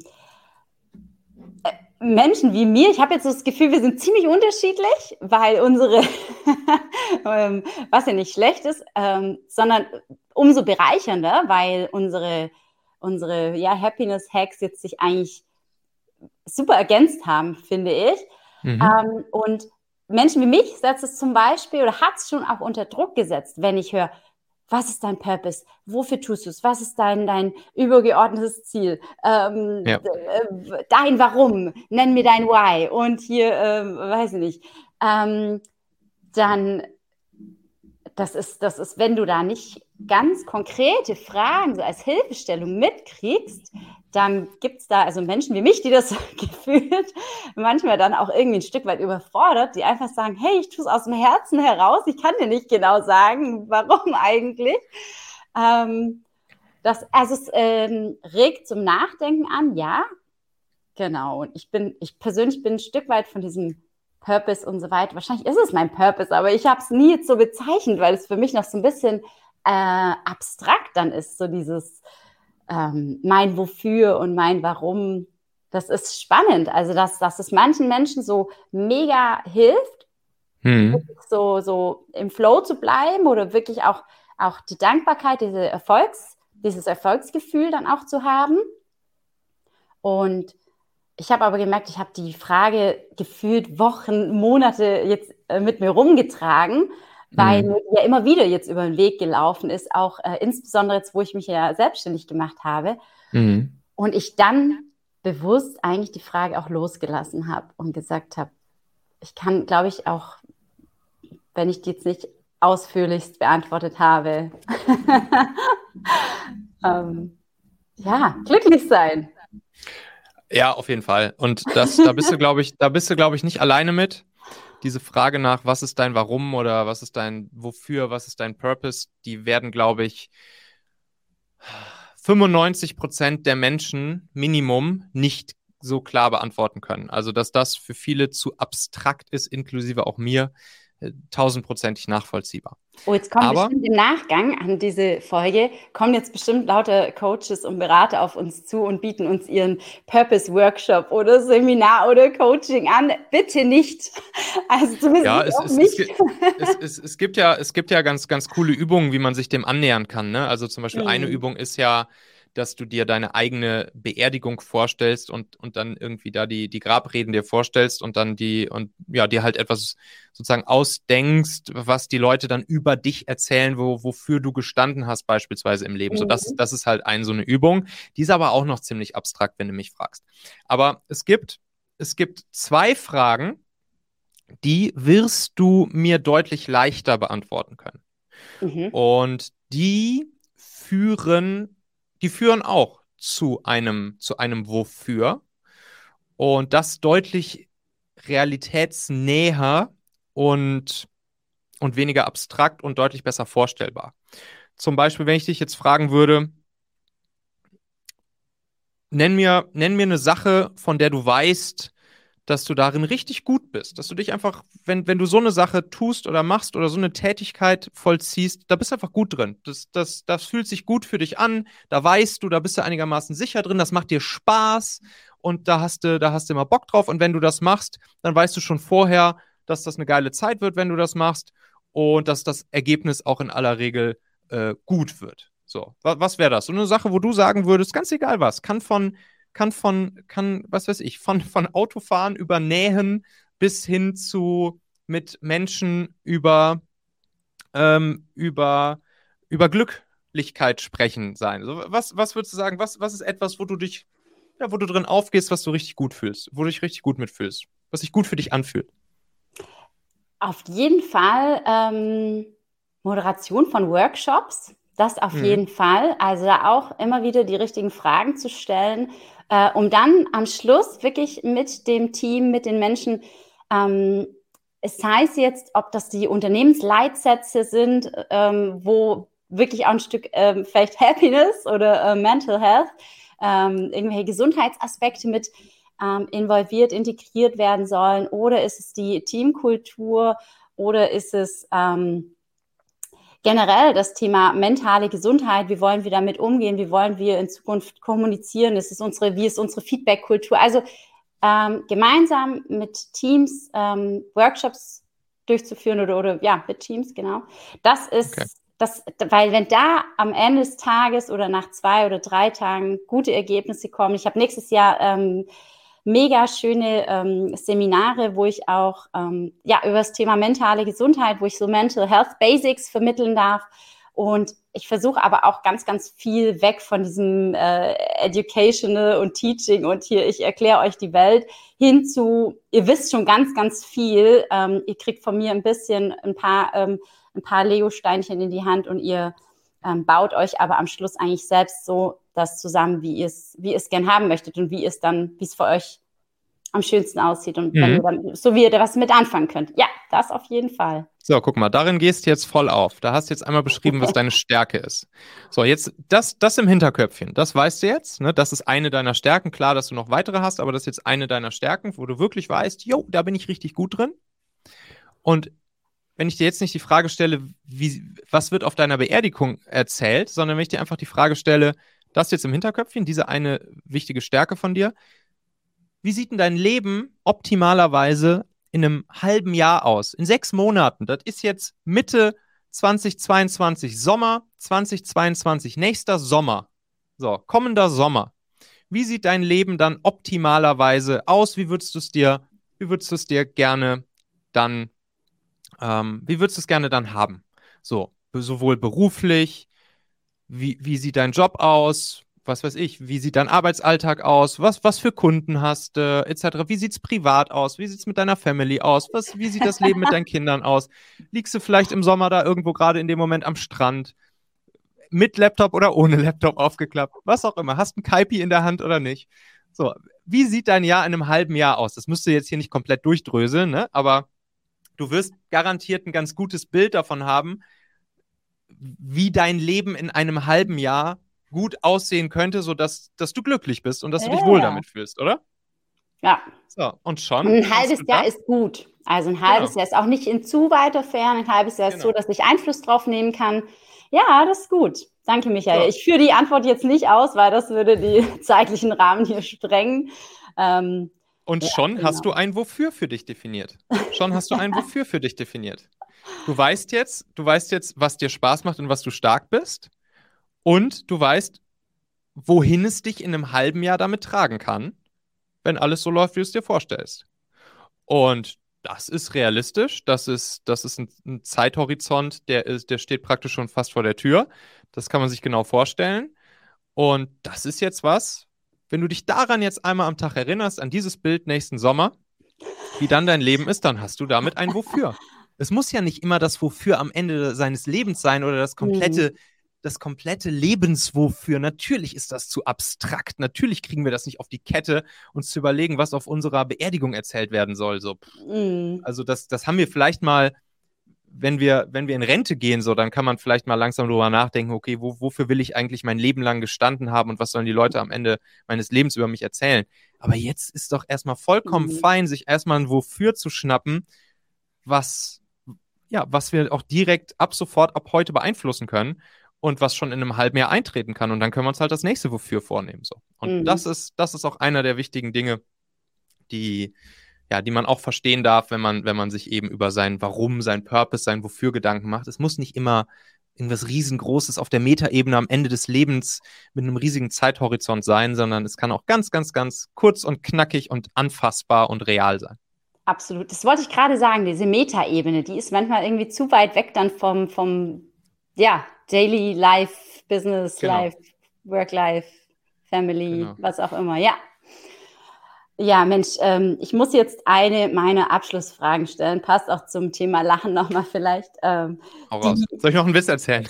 Menschen wie mir, ich habe jetzt so das Gefühl, wir sind ziemlich unterschiedlich, weil unsere, ähm, was ja nicht schlecht ist, ähm, sondern umso bereichernder, weil unsere, unsere ja, Happiness-Hacks jetzt sich eigentlich super ergänzt haben, finde ich. Mhm. Ähm, und Menschen wie mich setzt es zum Beispiel oder hat es schon auch unter Druck gesetzt, wenn ich höre, was ist dein Purpose? Wofür tust du es? Was ist dein, dein übergeordnetes Ziel? Ähm, ja. Dein Warum? Nenn mir dein Why. Und hier, ähm, weiß ich nicht. Ähm, dann, das ist, das ist, wenn du da nicht ganz konkrete Fragen so als Hilfestellung mitkriegst, dann gibt es da also Menschen wie mich, die das gefühlt manchmal dann auch irgendwie ein Stück weit überfordert, die einfach sagen, hey, ich tue es aus dem Herzen heraus, ich kann dir nicht genau sagen, warum eigentlich. Ähm, das, also es ähm, regt zum Nachdenken an, ja, genau. Und ich bin, ich persönlich bin ein Stück weit von diesem Purpose und so weiter, wahrscheinlich ist es mein Purpose, aber ich habe es nie jetzt so bezeichnet, weil es für mich noch so ein bisschen äh, abstrakt dann ist, so dieses Ähm, mein Wofür und mein Warum, das ist spannend. Also, dass, dass es manchen Menschen so mega hilft, hm. so, so im Flow zu bleiben oder wirklich auch, auch die Dankbarkeit, diese Erfolgs, dieses Erfolgsgefühl dann auch zu haben. Und ich habe aber gemerkt, ich habe die Frage gefühlt Wochen, Monate jetzt äh, mit mir rumgetragen, weil mir ja immer wieder jetzt über den Weg gelaufen ist, auch äh, insbesondere jetzt, wo ich mich ja selbstständig gemacht habe. Mhm. Und ich dann bewusst eigentlich die Frage auch losgelassen habe und gesagt habe, ich kann, glaube ich, auch, wenn ich die jetzt nicht ausführlichst beantwortet habe, ähm, ja, glücklich sein. Ja, auf jeden Fall. Und das, da bist du, glaube ich, da bist du, glaube ich, nicht alleine mit. Diese Frage nach, was ist dein Warum oder was ist dein Wofür, was ist dein Purpose, die werden, glaube ich, fünfundneunzig Prozent der Menschen Minimum nicht so klar beantworten können. Also, dass das für viele zu abstrakt ist, inklusive auch mir, tausendprozentig nachvollziehbar. Oh, jetzt kommen Aber, bestimmt im Nachgang an diese Folge, kommen jetzt bestimmt lauter Coaches und Berater auf uns zu und bieten uns ihren Purpose-Workshop oder Seminar oder Coaching an. Bitte nicht. Also zumindest ja, es, auch es, nicht. Es, es, es, gibt ja, es gibt ja ganz, ganz coole Übungen, wie man sich dem annähern kann. Ne? Also zum Beispiel mhm. eine Übung ist ja, dass du dir deine eigene Beerdigung vorstellst und, und dann irgendwie da die, die Grabreden dir vorstellst und dann die, und ja, dir halt etwas sozusagen ausdenkst, was die Leute dann über dich erzählen, wo, wofür du gestanden hast, beispielsweise im Leben. Mhm. So, das, das ist halt eine so eine Übung. Die ist aber auch noch ziemlich abstrakt, wenn du mich fragst. Aber es gibt, es gibt zwei Fragen, die wirst du mir deutlich leichter beantworten können. Mhm. Und die führen Die führen auch zu einem, zu einem Wofür und das deutlich realitätsnäher und, und weniger abstrakt und deutlich besser vorstellbar. Zum Beispiel, wenn ich dich jetzt fragen würde, nenn mir, nenn mir eine Sache, von der du weißt, dass du darin richtig gut bist, dass du dich einfach, wenn, wenn du so eine Sache tust oder machst oder so eine Tätigkeit vollziehst, da bist du einfach gut drin. Das, das, das fühlt sich gut für dich an, da weißt du, da bist du einigermaßen sicher drin, das macht dir Spaß und da hast du, da hast du immer Bock drauf und wenn du das machst, dann weißt du schon vorher, dass das eine geile Zeit wird, wenn du das machst und dass das Ergebnis auch in aller Regel äh, gut wird. So, was, was wäre das? So eine Sache, wo du sagen würdest, ganz egal was, kann von kann von, kann, was weiß ich, von, von Autofahren über Nähen bis hin zu mit Menschen über, ähm, über, über Glücklichkeit sprechen sein. Also was, was würdest du sagen, was, was ist etwas, wo du dich, ja, wo du drin aufgehst, was du richtig gut fühlst, wo du dich richtig gut mitfühlst, was sich gut für dich anfühlt? Auf jeden Fall ähm, Moderation von Workshops. Das auf mhm. jeden Fall. Also da auch immer wieder die richtigen Fragen zu stellen, äh, um dann am Schluss wirklich mit dem Team, mit den Menschen, ähm, es heißt jetzt, ob das die Unternehmensleitsätze sind, ähm, wo wirklich auch ein Stück ähm, vielleicht Happiness oder äh, Mental Health, ähm, irgendwelche Gesundheitsaspekte mit ähm, involviert, integriert werden sollen, oder ist es die Teamkultur oder ist es ähm, generell das Thema mentale Gesundheit, wie wollen wir damit umgehen, wie wollen wir in Zukunft kommunizieren, das ist unsere, wie ist unsere Feedback-Kultur, also ähm, gemeinsam mit Teams ähm, Workshops durchzuführen oder, oder ja, mit Teams, genau, das ist, okay. das, weil wenn da am Ende des Tages oder nach zwei oder drei Tagen gute Ergebnisse kommen, ich habe nächstes Jahr ähm, mega schöne ähm, Seminare, wo ich auch ähm, ja, über das Thema mentale Gesundheit, wo ich so Mental Health Basics vermitteln darf. Und ich versuche aber auch ganz, ganz viel weg von diesem äh, Educational und Teaching und hier, ich erkläre euch die Welt, hin zu, ihr wisst schon ganz, ganz viel. Ähm, ihr kriegt von mir ein bisschen, ein paar, ähm, ein paar Lego-Steinchen in die Hand und ihr ähm, baut euch aber am Schluss eigentlich selbst so das zusammen, wie ihr es, wie ihr es gern haben möchtet und wie es dann, wie es für euch am schönsten aussieht und mhm. wenn ihr dann, so wie ihr da was mit anfangen könnt. Ja, das auf jeden Fall. So, guck mal, darin gehst du jetzt voll auf. Da hast du jetzt einmal beschrieben, was deine Stärke ist. So, jetzt das, das im Hinterköpfchen, das weißt du jetzt, ne? Das ist eine deiner Stärken. Klar, dass du noch weitere hast, aber das ist jetzt eine deiner Stärken, wo du wirklich weißt, jo, da bin ich richtig gut drin. Und wenn ich dir jetzt nicht die Frage stelle, wie, was wird auf deiner Beerdigung erzählt, sondern wenn ich dir einfach die Frage stelle, das jetzt im Hinterköpfchen, diese eine wichtige Stärke von dir, wie sieht denn dein Leben optimalerweise in einem halben Jahr aus? In sechs Monaten. Das ist jetzt Mitte zweitausendzweiundzwanzig, Sommer zweitausendzweiundzwanzig, nächster Sommer. So, kommender Sommer. Wie sieht dein Leben dann optimalerweise aus? Wie würdest du es dir, wie würdest du es dir gerne dann, ähm, wie würdest du es gerne dann haben? So, sowohl beruflich, wie, wie sieht dein Job aus? Was weiß ich, wie sieht dein Arbeitsalltag aus, was, was für Kunden hast du, äh, et cetera. Wie sieht es privat aus, wie sieht es mit deiner Family aus, was, wie sieht das Leben mit deinen Kindern aus? Liegst du vielleicht im Sommer da irgendwo gerade in dem Moment am Strand, mit Laptop oder ohne Laptop aufgeklappt, was auch immer, hast du ein Kaipi in der Hand oder nicht? So, wie sieht dein Jahr in einem halben Jahr aus? Das müsst du jetzt hier nicht komplett durchdröseln, ne? Aber du wirst garantiert ein ganz gutes Bild davon haben, wie dein Leben in einem halben Jahr gut aussehen könnte, sodass dass du glücklich bist und dass du dich wohl damit fühlst, oder? Ja. So, und schon. Ein halbes Jahr ist gut. Also ein halbes genau. Jahr ist auch nicht in zu weiter Ferne. Ein halbes Jahr ist genau. so, dass ich Einfluss drauf nehmen kann. Ja, das ist gut. Danke, Michael. So. Ich führe die Antwort jetzt nicht aus, weil das würde die zeitlichen Rahmen hier sprengen. Ähm, und ja, schon genau. hast du ein Wofür für dich definiert. Schon hast du ein Wofür für dich definiert. Du weißt jetzt, du weißt jetzt, was dir Spaß macht und was du stark bist. Und du weißt, wohin es dich in einem halben Jahr damit tragen kann, wenn alles so läuft, wie du es dir vorstellst. Und das ist realistisch. Das ist, das ist ein, ein Zeithorizont, der, ist, der steht praktisch schon fast vor der Tür. Das kann man sich genau vorstellen. Und das ist jetzt was, wenn du dich daran jetzt einmal am Tag erinnerst, an dieses Bild nächsten Sommer, wie dann dein Leben ist, dann hast du damit ein Wofür. Es muss ja nicht immer das Wofür am Ende seines Lebens sein oder das komplette mhm. das komplette Lebenswofür. Natürlich ist das zu abstrakt. Natürlich kriegen wir das nicht auf die Kette, uns zu überlegen, was auf unserer Beerdigung erzählt werden soll. So. Mm. Also das, das haben wir vielleicht mal, wenn wir, wenn wir in Rente gehen, so, dann kann man vielleicht mal langsam drüber nachdenken, okay, wo, wofür will ich eigentlich mein Leben lang gestanden haben und was sollen die Leute am Ende meines Lebens über mich erzählen? Aber jetzt ist doch erstmal vollkommen mm. fein, sich erstmal ein Wofür zu schnappen, was, ja, was wir auch direkt ab sofort, ab heute beeinflussen können. Und was schon in einem halben Jahr eintreten kann. Und dann können wir uns halt das nächste Wofür vornehmen. So. Und mhm. das ist, das ist auch einer der wichtigen Dinge, die, ja, die man auch verstehen darf, wenn man, wenn man sich eben über sein Warum, sein Purpose, sein Wofür Gedanken macht. Es muss nicht immer irgendwas Riesengroßes auf der Metaebene am Ende des Lebens mit einem riesigen Zeithorizont sein, sondern es kann auch ganz, ganz, ganz kurz und knackig und anfassbar und real sein. Absolut. Das wollte ich gerade sagen, diese Metaebene, die ist manchmal irgendwie zu weit weg dann vom, vom ja, Daily Life, Business genau. Life, Work Life, Family, genau. was auch immer, ja. Ja, Mensch, ähm, ich muss jetzt eine meiner Abschlussfragen stellen, passt auch zum Thema Lachen nochmal vielleicht. Ähm, Hau raus. Soll ich noch einen Witz erzählen?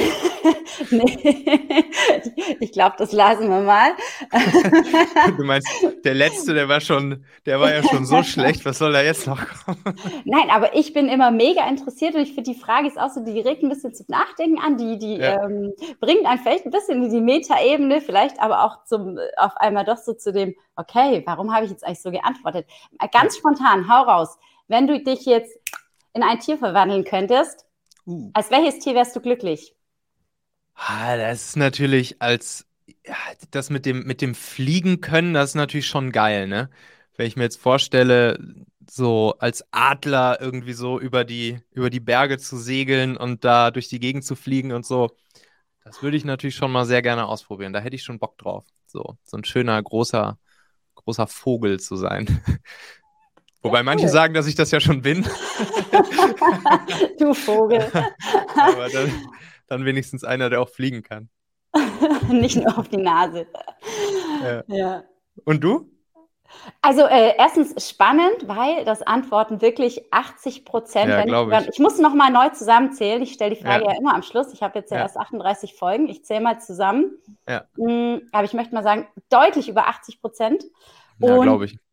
Nee, ich glaube, das lassen wir mal. Du meinst, der letzte, der war schon, der war ja schon so schlecht, was soll da jetzt noch kommen? Nein, aber ich bin immer mega interessiert und ich finde, die Frage ist auch so, die regt ein bisschen zum Nachdenken an, die, die ja. ähm, bringt einen vielleicht ein bisschen in die Metaebene, vielleicht aber auch zum, auf einmal doch so zu dem, okay, warum habe ich jetzt eigentlich so geantwortet? Ganz spontan, hau raus. Wenn du dich jetzt in ein Tier verwandeln könntest, Uh. Als welches Tier wärst du glücklich? Ah, das ist natürlich als, ja, das mit dem, mit dem Fliegen können, das ist natürlich schon geil, ne? Wenn ich mir jetzt vorstelle, so als Adler irgendwie so über die, über die Berge zu segeln und da durch die Gegend zu fliegen und so, das würde ich natürlich schon mal sehr gerne ausprobieren. Da hätte ich schon Bock drauf. So, so ein schöner, großer, großer Vogel zu sein. Wobei manche sagen, dass ich das ja schon bin. Du Vogel. Aber dann, dann wenigstens einer, der auch fliegen kann. Nicht nur auf die Nase. Ja. Ja. Und du? Also äh, erstens spannend, weil das antworten wirklich achtzig Prozent. Ja, wenn glaub ich, ich. ich muss noch mal neu zusammenzählen. Ich stelle die Frage Ja. ja. immer am Schluss. Ich habe jetzt ja, Ja. erst achtunddreißig Folgen. Ich zähle mal zusammen. Ja, Mm, Aber ich möchte mal sagen, deutlich über achtzig Prozent. ja Und glaube ich.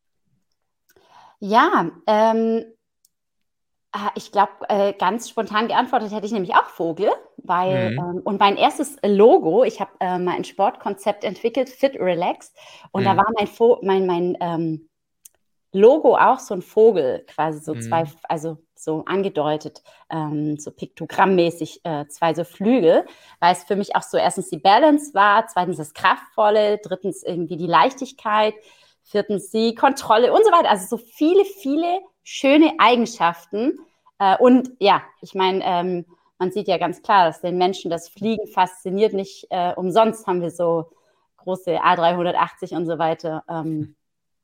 ja, ähm, ah, ich glaube, äh, ganz spontan geantwortet hätte ich nämlich auch Vogel, weil, Mhm. ähm, und mein erstes Logo, ich habe äh, mal ein Sportkonzept entwickelt, Fit Relax, und da Mhm. war mein, Vo mein, mein ähm, Logo auch so ein Vogel, quasi so zwei, Mhm. also so angedeutet, ähm, so piktogrammmäßig äh, zwei so Flügel, weil es für mich auch so erstens die Balance war, zweitens das Kraftvolle, drittens irgendwie die Leichtigkeit, viertens die Kontrolle und so weiter. Also so viele, viele schöne Eigenschaften. Äh, und ja, ich meine, ähm, man sieht ja ganz klar, dass den Menschen das Fliegen fasziniert. Nicht äh, umsonst haben wir so große A dreihundertachtzig und so weiter ähm,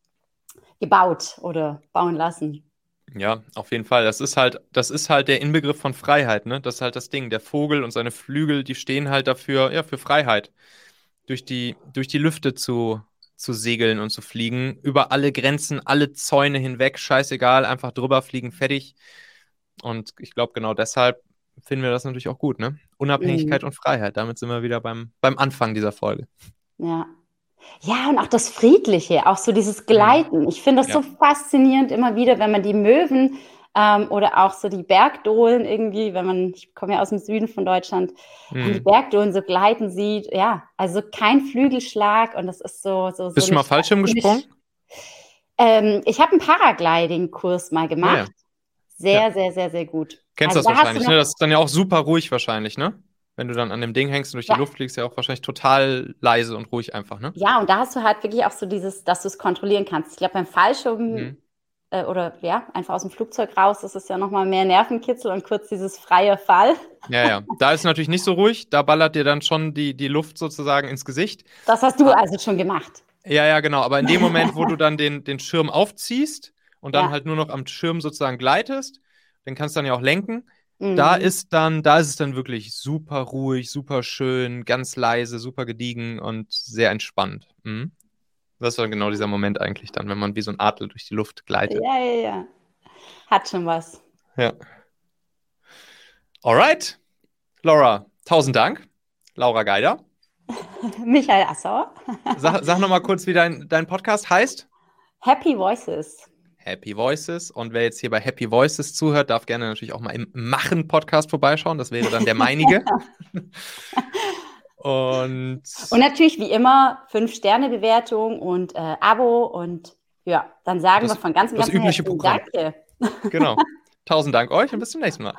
gebaut oder bauen lassen. Ja, auf jeden Fall. Das ist halt, das ist halt der Inbegriff von Freiheit, ne? Das ist halt das Ding. Der Vogel und seine Flügel, die stehen halt dafür, ja, für Freiheit. Durch die, durch die Lüfte zu, zu segeln und zu fliegen. Über alle Grenzen, alle Zäune hinweg, scheißegal, einfach drüber fliegen, fertig. Und ich glaube, genau deshalb finden wir das natürlich auch gut, ne? Unabhängigkeit Mhm. und Freiheit. Damit sind wir wieder beim, beim Anfang dieser Folge. Ja. Ja, und auch das Friedliche, auch so dieses Mhm. Gleiten. Ich finde das Ja. so faszinierend immer wieder, wenn man die Möwen ähm, oder auch so die Bergdohlen irgendwie, wenn man, ich komme ja aus dem Süden von Deutschland, wenn die Mhm. Bergdohlen so gleiten sieht. Ja, also kein Flügelschlag und das ist so, so, so Bist du schon eine mal Fallschirm eine gesprungen? Ähm, ich habe einen Paragliding-Kurs mal Ja, ja. gemacht. Sehr, Ja. sehr, sehr, sehr gut. Kennst Also das da hast du wahrscheinlich, noch, ne? Das ist dann ja auch super ruhig wahrscheinlich, ne? Wenn du dann an dem Ding hängst und durch die ja, Luft fliegst, ja auch wahrscheinlich total leise und ruhig einfach, ne? ja, und da hast du halt wirklich auch so dieses, dass du es kontrollieren kannst. Ich glaube, beim Fallschirm Mhm. äh, oder ja, einfach aus dem Flugzeug raus, das ist ja nochmal mehr Nervenkitzel und kurz dieses freie Fall. Ja, ja. Da ist es natürlich nicht so ruhig. Da ballert dir dann schon die, die Luft sozusagen ins Gesicht. Das hast du Ah, also schon gemacht. ja, ja, genau. Aber in dem Moment, wo du dann den, den Schirm aufziehst und dann Ja. halt nur noch am Schirm sozusagen gleitest, den kannst du dann ja auch lenken. Da Mhm. ist dann, da ist es dann wirklich super ruhig, super schön, ganz leise, super gediegen und sehr entspannt. Mhm. Das ist dann genau dieser Moment eigentlich dann, wenn man wie so ein Adler durch die Luft gleitet. Ja, ja, ja. Hat schon was. Ja. Alright, Laura, tausend Dank. Laura Geider. Michael Assauer. Sag, sag nochmal kurz, wie dein, dein Podcast heißt. Happy Voices. Happy Voices. Und wer jetzt hier bei Happy Voices zuhört, darf gerne natürlich auch mal im Machen-Podcast vorbeischauen. Das wäre dann der meinige. Und, Und natürlich wie immer Fünf-Sterne-Bewertung und äh, Abo und ja, dann sagen das, wir von ganzem, das ganzem übliche Herzen Programm. Danke. Genau. Tausend Dank euch und bis zum nächsten Mal.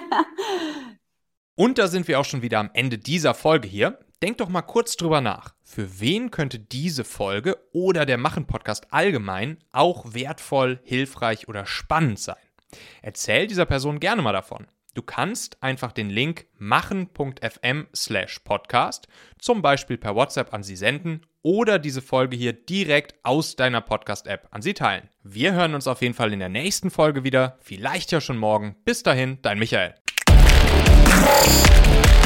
Und da sind wir auch schon wieder am Ende dieser Folge hier. Denkt doch mal kurz drüber nach. Für wen könnte diese Folge oder der Machen-Podcast allgemein auch wertvoll, hilfreich oder spannend sein? Erzähl dieser Person gerne mal davon. Du kannst einfach den Link machen.fm slash podcast zum Beispiel per WhatsApp an sie senden oder diese Folge hier direkt aus deiner Podcast-App an sie teilen. Wir hören uns auf jeden Fall in der nächsten Folge wieder, vielleicht ja schon morgen. Bis dahin, dein Michael.